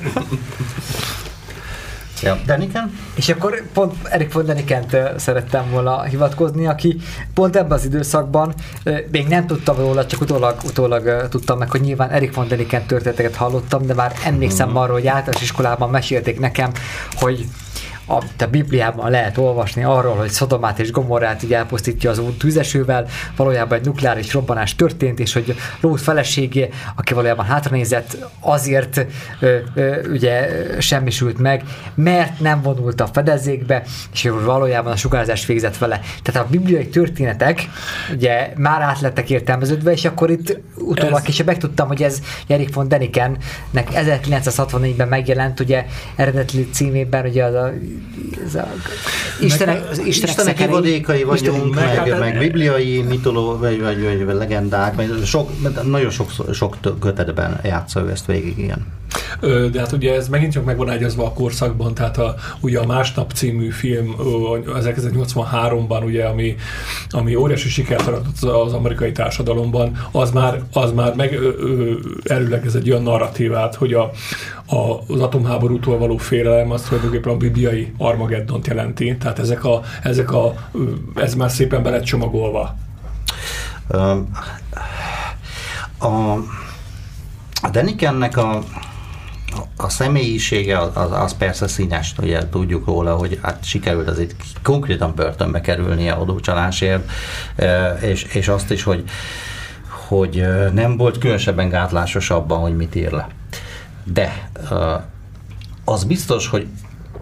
S4: Ja. Daniken?
S1: És akkor pont Erik von Danikent szerettem volna hivatkozni, aki pont ebben az időszakban még nem tudtam róla, csak utólag, utólag tudtam meg, hogy nyilván Erik von Daniken történeteket hallottam, de már emlékszem mm. arra, hogy általános iskolában mesélték nekem, hogy a, a Bibliában lehet olvasni arról, hogy Szodomát és Gomorrát így elpusztítja az út tüzesővel, valójában egy nukleáris robbanás történt, és hogy Lót feleségé, aki valójában hátranézett, azért ö, ö, ugye semmisült meg, mert nem vonult a fedezékbe, és valójában a sugárzás végzett vele. Tehát a bibliai történetek ugye már át lettek értelmeződve, és akkor itt utólag ez... később megtudtam, hogy ez Erik von Danikennek ezerkilencszázhatvannégyben megjelent, ugye eredeti címében ugye az a Ez a Istenek, az Istenek,
S4: Istenek ivadékai vagyunk, meg, meg, meg bibliai mitoló, vagy, vagy, vagy legendák, meg sok, nagyon sok, sok kötetben játsza ő ezt végig, igen.
S3: De hát ugye ez megint csak meg van ágyazva a korszakban, tehát a, ugye a Másnap című film ezerkilencszáznyolcvanháromban, ugye, ami, ami óriási sikert aratott az amerikai társadalomban, az már, az már meg erőlegez egy olyan narratívát, hogy a, a, az atomháborútól való félelem az tulajdonképpen a bibliai Armageddont jelenti, tehát ezek a, ezek a, ez már szépen be lett csomagolva.
S4: Um, a A Danikennek a, a személyisége az, az persze színes, ugye tudjuk róla, hogy hát sikerült azért konkrétan börtönbe kerülnie adócsalásért, és, és azt is, hogy, hogy nem volt különösebben gátlásos abban, hogy mit ír le. De az biztos, hogy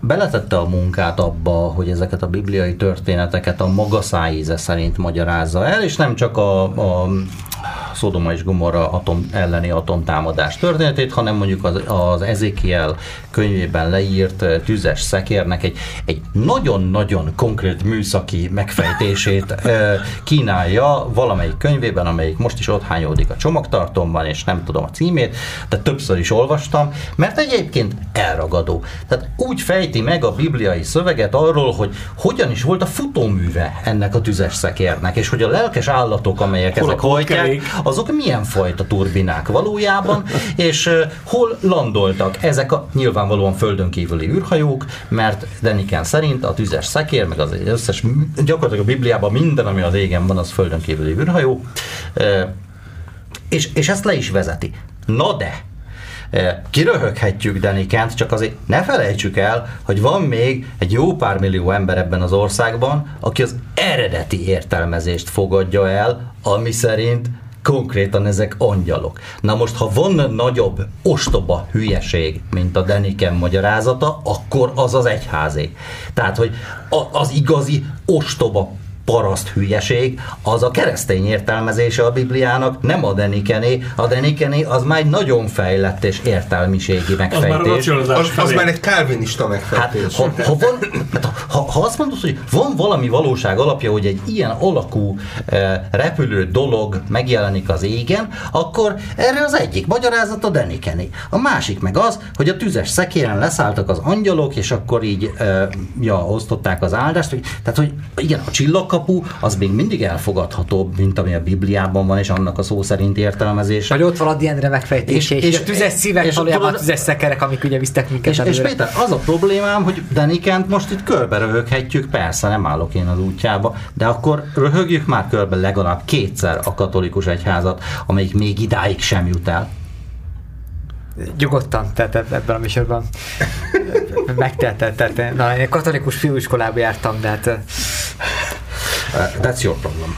S4: beletette a munkát abba, hogy ezeket a bibliai történeteket a maga szájíze szerint magyarázza el, és nem csak a, a Szodoma és Gomorra atom elleni atomtámadás történetét, hanem mondjuk az, az Ezékiel könyvében leírt tüzes szekérnek egy, egy nagyon-nagyon konkrét műszaki megfejtését kínálja valamelyik könyvében, amelyik most is ott hányódik a csomagtartomban, és nem tudom a címét, de többször is olvastam, mert egyébként elragadó. Tehát úgy fejti meg a bibliai szöveget arról, hogy hogyan is volt a futóműve ennek a tüzes szekérnek, és hogy a lelkes állatok, amelyek hol ezek hajtják, azok milyen fajta turbinák valójában, és uh, hol landoltak ezek a nyilvánvalóan földön kívüli űrhajók, mert Deniken szerint a tüzes szekér, meg az összes, gyakorlatilag a Bibliában minden, ami az égen van, az földön kívüli űrhajó, uh, és, és ezt le is vezeti. Na de, kiröhöghetjük Denikent, csak azért ne felejtsük el, hogy van még egy jó pár millió ember ebben az országban, aki az eredeti értelmezést fogadja el, ami szerint konkrétan ezek angyalok. Na most, ha van nagyobb ostoba hülyeség, mint a Deniken magyarázata, akkor az az egyházé. Tehát, hogy az igazi ostoba paraszt hülyeség, az a keresztény értelmezése a Bibliának, nem a Denikené. A Denikené az már egy nagyon fejlett és értelmiségi megfejtés.
S2: Az már, az, az már egy kálvinista megfejtés.
S4: Hát, ha, ha, van, ha, ha azt mondod, hogy van valami valóság alapja, hogy egy ilyen alakú e, repülő dolog megjelenik az égen, akkor erre az egyik magyarázat a Denikené. A másik meg az, hogy a tüzes szekéren leszálltak az angyalok, és akkor így e, ja, osztották az áldást. Tehát, hogy igen, a csillag kapu, az még mindig elfogadhatóbb, mint ami a Bibliában van, és annak a szó szerint értelmezése.
S1: Vagy ott van a Diendre megfejtése, és, és, és a tüzes szívek valójában a tüzes szekerek, amik ugye visztek minket.
S4: És, és Péter, az a problémám, hogy Denikent most itt körbe röhöghetjük, persze nem állok én az útjába, de akkor röhögjük már körbe legalább kétszer a katolikus egyházat, amelyik még idáig sem jut el.
S1: Nyugodtan, tehát ebben a műsorban megteltett. Na, én katolikus fiúiskolába jártam, de hát...
S4: That's your problem.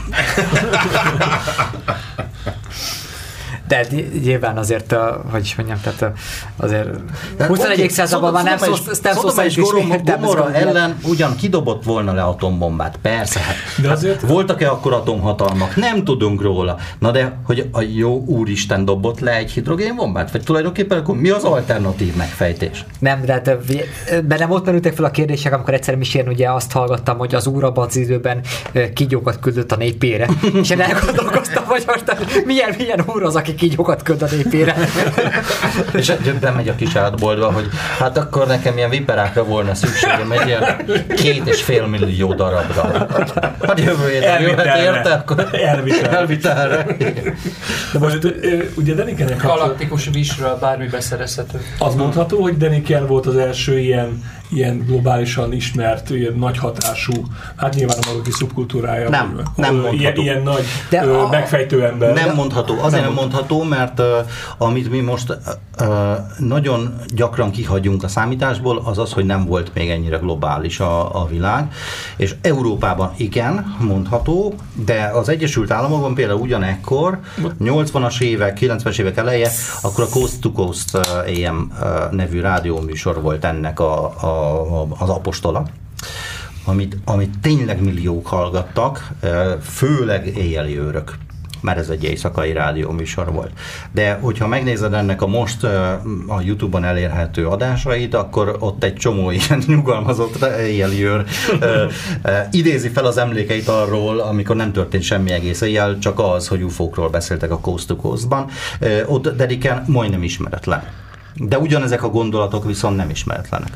S1: De nyilván azért, hogy is mondjam, tehát azért huszonegyedik században már nem szó szerint is
S4: Gomorra ellen ugyan kidobott volna le atombombát, persze. Hát, de azért... hát voltak-e akkor atomhatalmak? Nem tudunk róla. Na de, hogy a jó Úristen dobott le egy hidrogénbombát? Vagy tulajdonképpen akkor mi az alternatív megfejtés?
S1: Nem, de hát bennem ott merültek fel a kérdések, amikor egyszer Misén ugye azt hallgattam, hogy az Úr abban az időben kígyókat küldött a népére. És én elgondolkoztam, hogy most milyen, milyen úr az, aki kígyókat küld a népére.
S4: És bemegy a kis átboltba, hogy hát akkor nekem ilyen viperákra volna szükségem, egy ilyen két és fél millió darabra. Hát jövő héten jöhet érte, akkor elvitelre.
S3: De most ugye Denikenek
S5: galaktikus visről bármi beszerezhető.
S3: Az mondható, hogy Deniken volt az első ilyen, ilyen globálisan ismert, ilyen nagy hatású, hát nyilván a maga szubkultúrája.
S4: Nem, nem mondható.
S3: Ilyen, ilyen nagy ö, a, megfejtő ember.
S4: Nem mondható, azért nem mondható, mert uh, amit mi most uh, nagyon gyakran kihagyunk a számításból, az az, hogy nem volt még ennyire globális a, a világ, és Európában igen, mondható, de az Egyesült Államokban például ugyanekkor, nyolcvanas évek, kilencvenes évek eleje, akkor a Coast to Coast á em nevű rádióműsor volt ennek a, a, az apostola, amit, amit tényleg milliók hallgattak, főleg éjjeli őrök, mert ez egy éjszakai rádióműsor volt. De hogyha megnézed ennek a most a YouTube-on elérhető adásait, akkor ott egy csomó ilyen nyugalmazott éjjeli őr idézi fel az emlékeit arról, amikor nem történt semmi egész éjjel, csak az, hogy ufókról beszéltek a Coast to Coast-ban. Ott Deniken majdnem ismeretlen. De ugyanezek a gondolatok viszont nem ismeretlenek.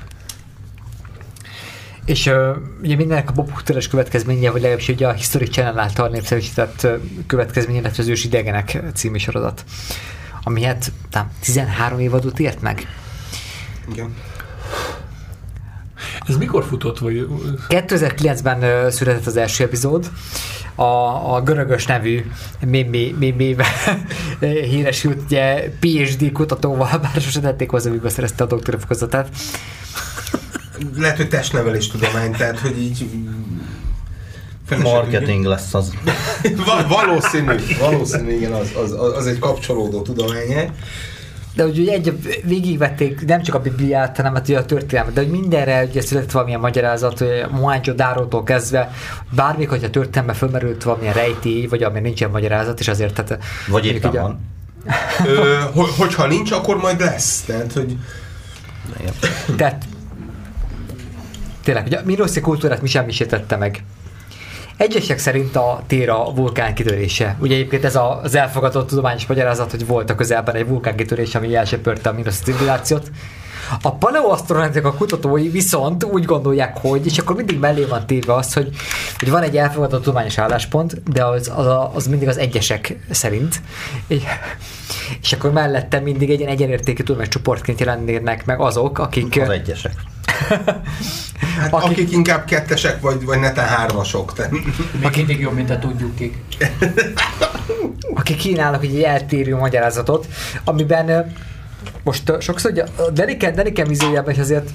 S1: És uh, ugye mindennek a popkultúrás következménye, vagy legalábbis ugye a History Channel által népszerűsített uh, következménye lett az ős idegenek című sorozat, ami hát tám, tizenhárom évadot ért meg.
S2: Igen.
S3: Ez mikor futott? Vagy?
S1: kétezer-kilencben uh, született az első epizód. A, a görögös nevű Mimi, Mimivel híresült ugye pé há dé kutatóval, bár sosem tették hozzá, hogy beszerezte a doktori fokozatát.
S2: Lehet, hogy testnevelés tudomány, tehát, hogy így...
S4: Marketing lesz az.
S2: valószínű, valószínű, igen, az, az, az egy kapcsolódó tudomány.
S1: de hogy ugye egy, végigvették nem csak a Bibliát, hanem hát a történelmet, de hogy mindenre ugye született valamilyen magyarázat, hogy Mohenjo-Darótól kezdve, bármikor, hogy a történelemben fölmerült valamilyen rejtély, vagy ami nincsen magyarázat, és azért tehát...
S4: Vagy éppen van.
S2: Ö, hogyha nincs, akkor majd lesz. Tehát, hogy...
S1: Tehát tényleg, hogy a minuszi kultúrát mi semmisítette meg. Egyesek szerint a tér a vulkán kitörése. Ugye egyébként ez az elfogadott tudományos magyarázat, hogy volt a közelben egy vulkánkitörés, ami elsöpörte a minuszi civilizációt. A paleoasztronautika kutatói viszont úgy gondolják, hogy, és akkor mindig mellé van téve az, hogy, hogy van egy elfogadott tudományos álláspont, de az, az, az mindig az egyesek szerint. És, és akkor mellette mindig egy ilyen egyenértékű tudományos csoportként jelennének meg azok, akik...
S4: Az egyesek.
S2: Hát akik, akik inkább kettesek, vagy, vagy neten hármasok. Te.
S5: Még mindig jobb, mint a tudjuk kik.
S1: Akik kínálnak egy eltérő magyarázatot, amiben most sokszor ugye a Deliken vizójában is azért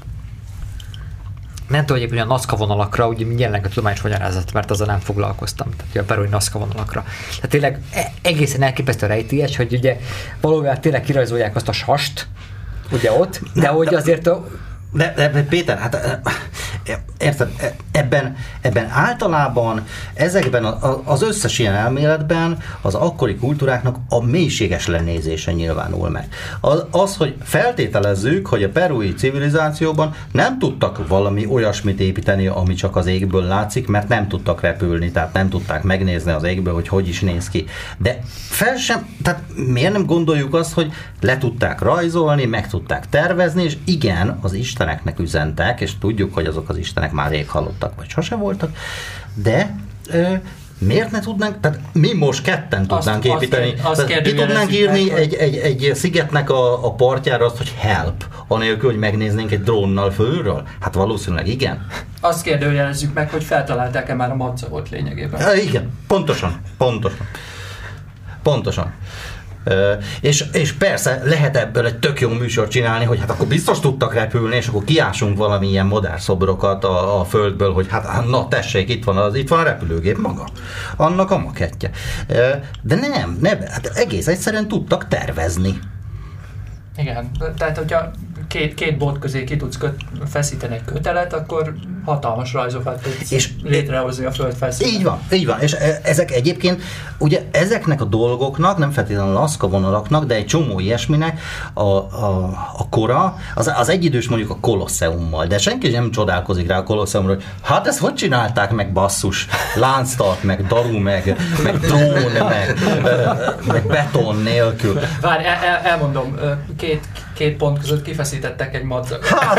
S1: nem tudom, hogy a NASCA vonalakra, ugye jelenleg a tudományos magyarázat, mert azzal nem foglalkoztam, tehát a perui NASCA vonalakra. Tehát tényleg egészen elképesztő rejtélyes, hogy ugye valójában tényleg kirajzolják azt a sast, ugye ott, de hogy azért a
S4: De, de Péter, hát érted, ebben, ebben általában, ezekben az összes ilyen elméletben az akkori kultúráknak a mélységes lenézése nyilvánul meg. Az, az, hogy feltételezzük, hogy a perui civilizációban nem tudtak valami olyasmit építeni, ami csak az égből látszik, mert nem tudtak repülni, tehát nem tudták megnézni az égből, hogy hogy is néz ki. De fel sem, tehát miért nem gondoljuk azt, hogy le tudták rajzolni, meg tudták tervezni, és igen, az isteneknek üzentek, és tudjuk, hogy azok az istenek már rég halottak, vagy sose voltak, de ö, miért ne tudnánk, tehát mi most ketten tudnánk azt, építeni, azt azt ki tudnánk írni meg, egy, egy, egy szigetnek a, a partjára azt, hogy help, anélkül, hogy megnéznénk egy drónnal fölülről? Hát valószínűleg igen.
S5: Azt kérdőjelezzük meg, hogy feltalálták-e már a madzagot lényegében.
S4: Ja, igen, pontosan, pontosan. Pontosan. Uh, és, és persze lehet ebből egy tök jó műsort csinálni, hogy hát akkor biztos tudtak repülni, és akkor kiásunk valamilyen madárszobrokat a, a földből, hogy hát na tessék, itt van, az, itt van a repülőgép maga. Annak a makettje. Uh, de nem, nem, hát egész egyszerűen tudtak tervezni.
S5: Igen, tehát hogyha két, két bot közé ki tudsz köt, feszíteni egy kötelet, akkor hatalmas rajzokat tudsz és létrehozni a föld felszínén.
S4: Így van, így van, és ezek egyébként, ugye ezeknek a dolgoknak, nem feltétlenül a NASCA vonalaknak, de egy csomó ilyesminek a, a, a kora, az, az egyidős mondjuk a Kolosseummal, de senki nem csodálkozik rá a Kolosseumra, hogy hát ezt hogy csinálták meg basszus, lánctart, meg daru, meg, meg drón, meg, meg beton nélkül.
S5: Várj, el, el, elmondom, két, két pont között kifeszítettek egy madzagot.
S4: Hát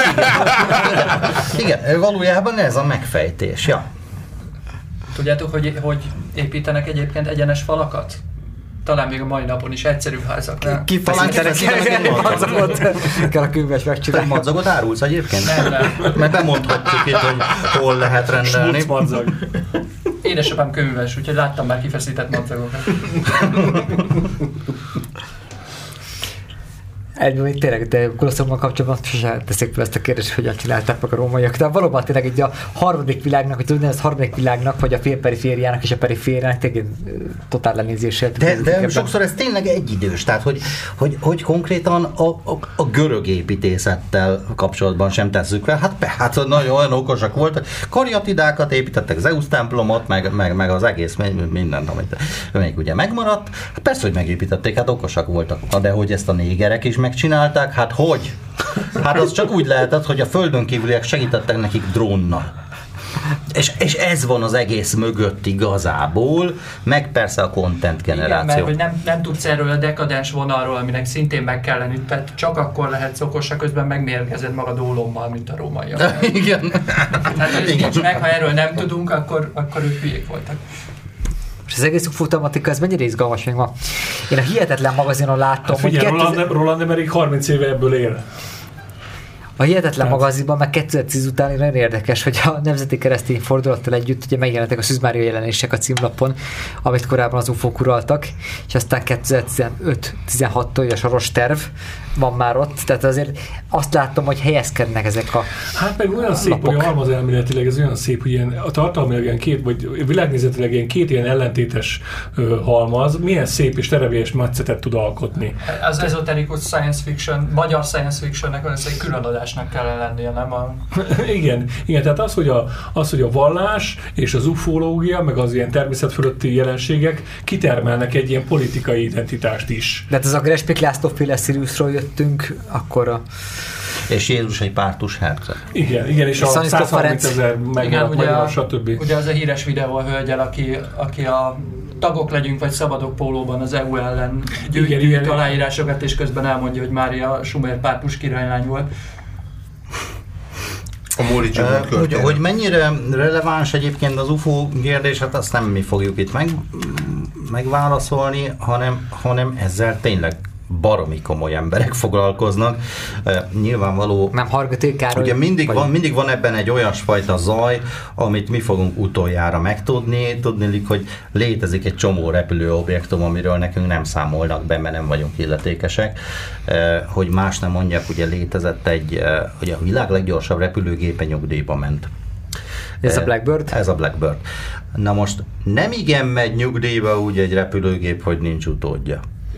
S4: igen, igen, valójában ez a megfejtés, ja.
S5: Tudjátok, hogy, hogy építenek egyébként egyenes falakat? Talán még a mai napon is egyszerűbb házak.
S1: Kifeszítenek egy madzagot. Kell a könyves megcsinálni.
S4: Te madzagot árulsz egyébként?
S5: Nem, nem.
S4: Mert bemondhatjuk itt, hogy hol lehet rendelni.
S5: Smuc madzag. Édesapám könyves, úgyhogy láttam már kifeszített madzagokat.
S1: Egyben még tényleg, de Kolosszeummal kapcsolatban sosem teszik fel ezt a kérdést, hogy hogyan csinálták meg a rómaiak. De valóban tényleg egy a harmadik világnak, vagy tudni, ez a harmadik világnak, vagy a félperifériának és a perifériának tényleg totál lenézéssel.
S4: De, de sokszor ez tényleg egyidős, tehát hogy, hogy, hogy konkrétan a, a, a görög építészettel kapcsolatban sem tesszük fel. Hát, hát nagyon olyan okosak voltak, kariatidákat építettek, Zeus templomot, meg, meg, meg az egész mindent, amit még ugye megmaradt. Hát persze, hogy megépítették, hát okosak voltak. De hogy ezt a négerek is megcsinálták, hát hogy? Hát az csak úgy lehetett, hogy a földön kívüliek segítettek nekik drónnal. És, és ez van az egész mögött igazából, meg persze a content generáció.
S5: Igen, mert hogy nem, nem tudsz erről a dekadens vonalról, aminek szintén meg kell lenni, tehát csak akkor lehetsz okos, közben megmérgezed magad ólommal, mint a rómaiak.
S4: Igen.
S5: Tehát ez nincs meg, ha erről nem tudunk, akkor, akkor ők hülyék voltak.
S1: És az egész futamatika, ez mennyire izgalmas még ma. Én a Hihetetlen magazinon láttam, hát
S3: figyelj, hogy... Roland, kettő... Roland Emmerich harminc éve ebből él.
S1: A Hihetetlen hát. magazinban meg kétezer-tíz után nagyon érdekes, hogy a Nemzeti Keresztény Fordulattal együtt ugye megjelentek a Szűz Mária jelenések a címlapon, amit korábban az ufók uraltak, és aztán kétezer-tizenöt-tizenhattól a soros terv van már ott, tehát azért azt látom, hogy helyezkednek ezek a
S3: Hát meg olyan szép,
S1: lapok.
S3: hogy a halmazelméletileg ez olyan szép, hogy ilyen, a tartalmilag ilyen két, vagy világnézetileg ilyen két ilyen ellentétes ö, halmaz, milyen szép és terevélyes metszetet tud alkotni.
S5: Az ezoterikus science fiction, magyar science fictionnek ez egy külön adásnak kellene lennie, nem a...
S3: igen, igen, tehát az hogy, a, az, hogy a vallás és az ufológia, meg az ilyen természet fölötti jelenségek kitermelnek egy ilyen politikai identitást is.
S1: De hát az a Grespik László-féle Siriusról jöttünk, akkor a...
S4: És Jézus egy pártus herceg.
S3: Igen, igen, és, és a száz harmincezer megvan, stb.
S5: Ugye az a híres videó a hölgyel, aki, aki a tagok legyünk, vagy szabadok pólóban az é u ellen gyűjt aláírásokat, és közben elmondja, hogy Mária Sumer pártus királylány volt.
S2: A Móri Csillagok
S4: uh, hogy, hogy mennyire releváns egyébként az u f o kérdés, hát azt nem mi fogjuk itt meg, megválaszolni, hanem, hanem ezzel tényleg baromi komoly emberek foglalkoznak. Uh, nyilvánvaló...
S1: Nem Hargati Károly.
S4: Ugye mindig van, mindig van ebben egy olyasfajta zaj, amit mi fogunk utoljára megtudni. Tudniillik, hogy létezik egy csomó repülőobjektum, amiről nekünk nem számolnak be, mert nem vagyunk illetékesek. Uh, hogy más nem mondják, ugye létezett egy, uh, hogy a világ leggyorsabb repülőgépe nyugdíjba ment.
S1: Ez a Blackbird?
S4: Ez a Blackbird. Na most nem igen megy nyugdíjba úgy egy repülőgép, hogy nincs utódja.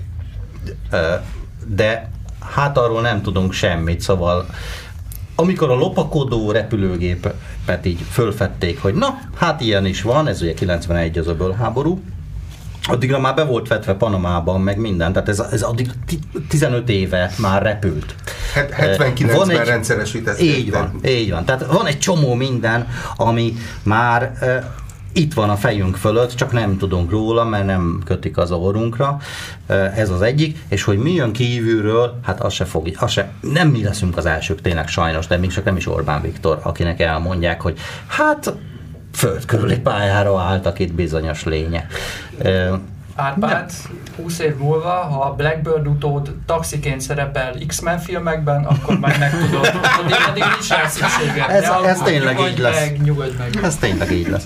S4: De hát arról nem tudunk semmit, szóval amikor a lopakodó repülőgépet így fölfedték, hogy na, hát ilyen is van, ez ugye kilencvenegy az öbölháború, addigra már be volt vetve Panamában, meg minden, tehát ez, ez addig tizenöt éve már repült.
S2: hetvenkilencben egy, rendszeresítették.
S4: Így van, így van. Tehát van egy csomó minden, ami már uh, itt van a fejünk fölött, csak nem tudunk róla, mert nem kötik az orrunkra. Uh, ez az egyik, és hogy mi jön kívülről, hát az se fog, az se, nem mi leszünk az elsők tényleg sajnos, de még csak nem is Orbán Viktor, akinek elmondják, hogy hát föld körüli pályára álltak itt bizonyos lények. Uh,
S5: Árpád, húsz év múlva, ha a Blackbird utód taxiként szerepel X-Men filmekben, akkor már megtudod, hogy addig nincs rá szükséged.
S4: Ez, ez tényleg így lesz.
S5: Meg, nyugodj meg.
S4: Ez tényleg így lesz.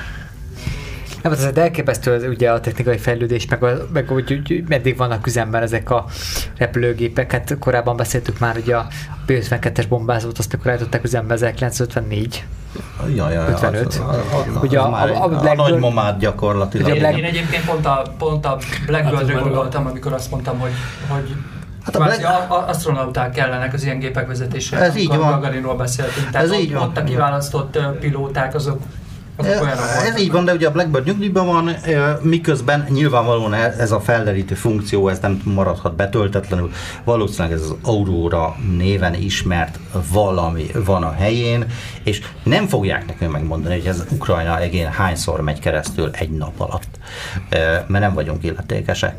S1: Nem, hát ez elképesztő az, ugye a technikai fejlődés, meg, a, meg úgy, úgy, meddig vannak üzemben ezek a repülőgépek. Hát korábban beszéltük már, hogy a bé ötvenkettes bombázót azt mikor állították üzembe ezerkilencszázötvennégy.
S4: Ja, ja,
S1: ötvenöt.
S4: Az, az, az,
S1: ugye a, a, a,
S4: a, a nagymamát gyakorlatilag.
S5: Én, én egyébként pont a, pont a Blackbirdre gondoltam, amikor azt mondtam, hogy, hogy hát a Black... asztronauták kellenek az ilyen gépek vezetésére.
S4: Ez így van.
S5: Gagarinról beszéltünk. Tehát
S4: ez
S5: ott,
S4: így van.
S5: ott a kiválasztott pilóták, azok
S4: Ez így van, de ugye a Blackbird nyugdíjban van, miközben nyilvánvalóan ez a felderítő funkció, ez nem maradhat betöltetlenül. Valószínűleg ez az Aurora néven ismert valami van a helyén, és nem fogják nekünk megmondani, hogy ez Ukrajna egén hányszor megy keresztül egy nap alatt, mert nem vagyunk illetékesek.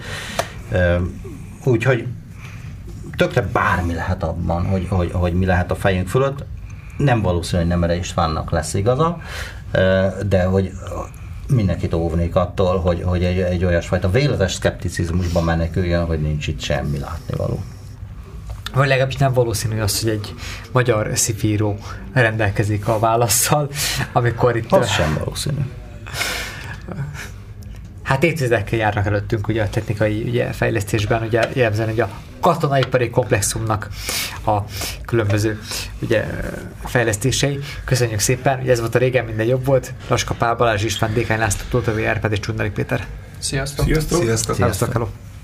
S4: Úgyhogy tökre bármi lehet abban, hogy, hogy, hogy mi lehet a fejünk fölött. Nem valószínű, hogy Nemere Istvánnak lesz igaza, de hogy mindenkit óvnék attól, hogy, hogy egy, egy olyasfajta véletes szkepticizmusban meneküljön, hogy nincs itt semmi látnivaló.
S1: Vagy legalábbis nem valószínű az, hogy egy magyar szifíró rendelkezik a válasszal, amikor itt...
S4: Az sem valószínű.
S1: Hát évtizedekkel járnak előttünk ugye a technikai ugye, fejlesztésben, ugye jellemzően ugye a katonaipari komplexumnak a különböző ugye, fejlesztései. Köszönjük szépen, ugye ez volt a Régen minden jobb volt. Laska Pál, Balázs István, Dékány László, Tóth Árpád és Csundarik Péter.
S5: Sziasztok!
S3: Sziasztok!
S2: Sziasztok!
S1: Sziasztok. Sziasztok.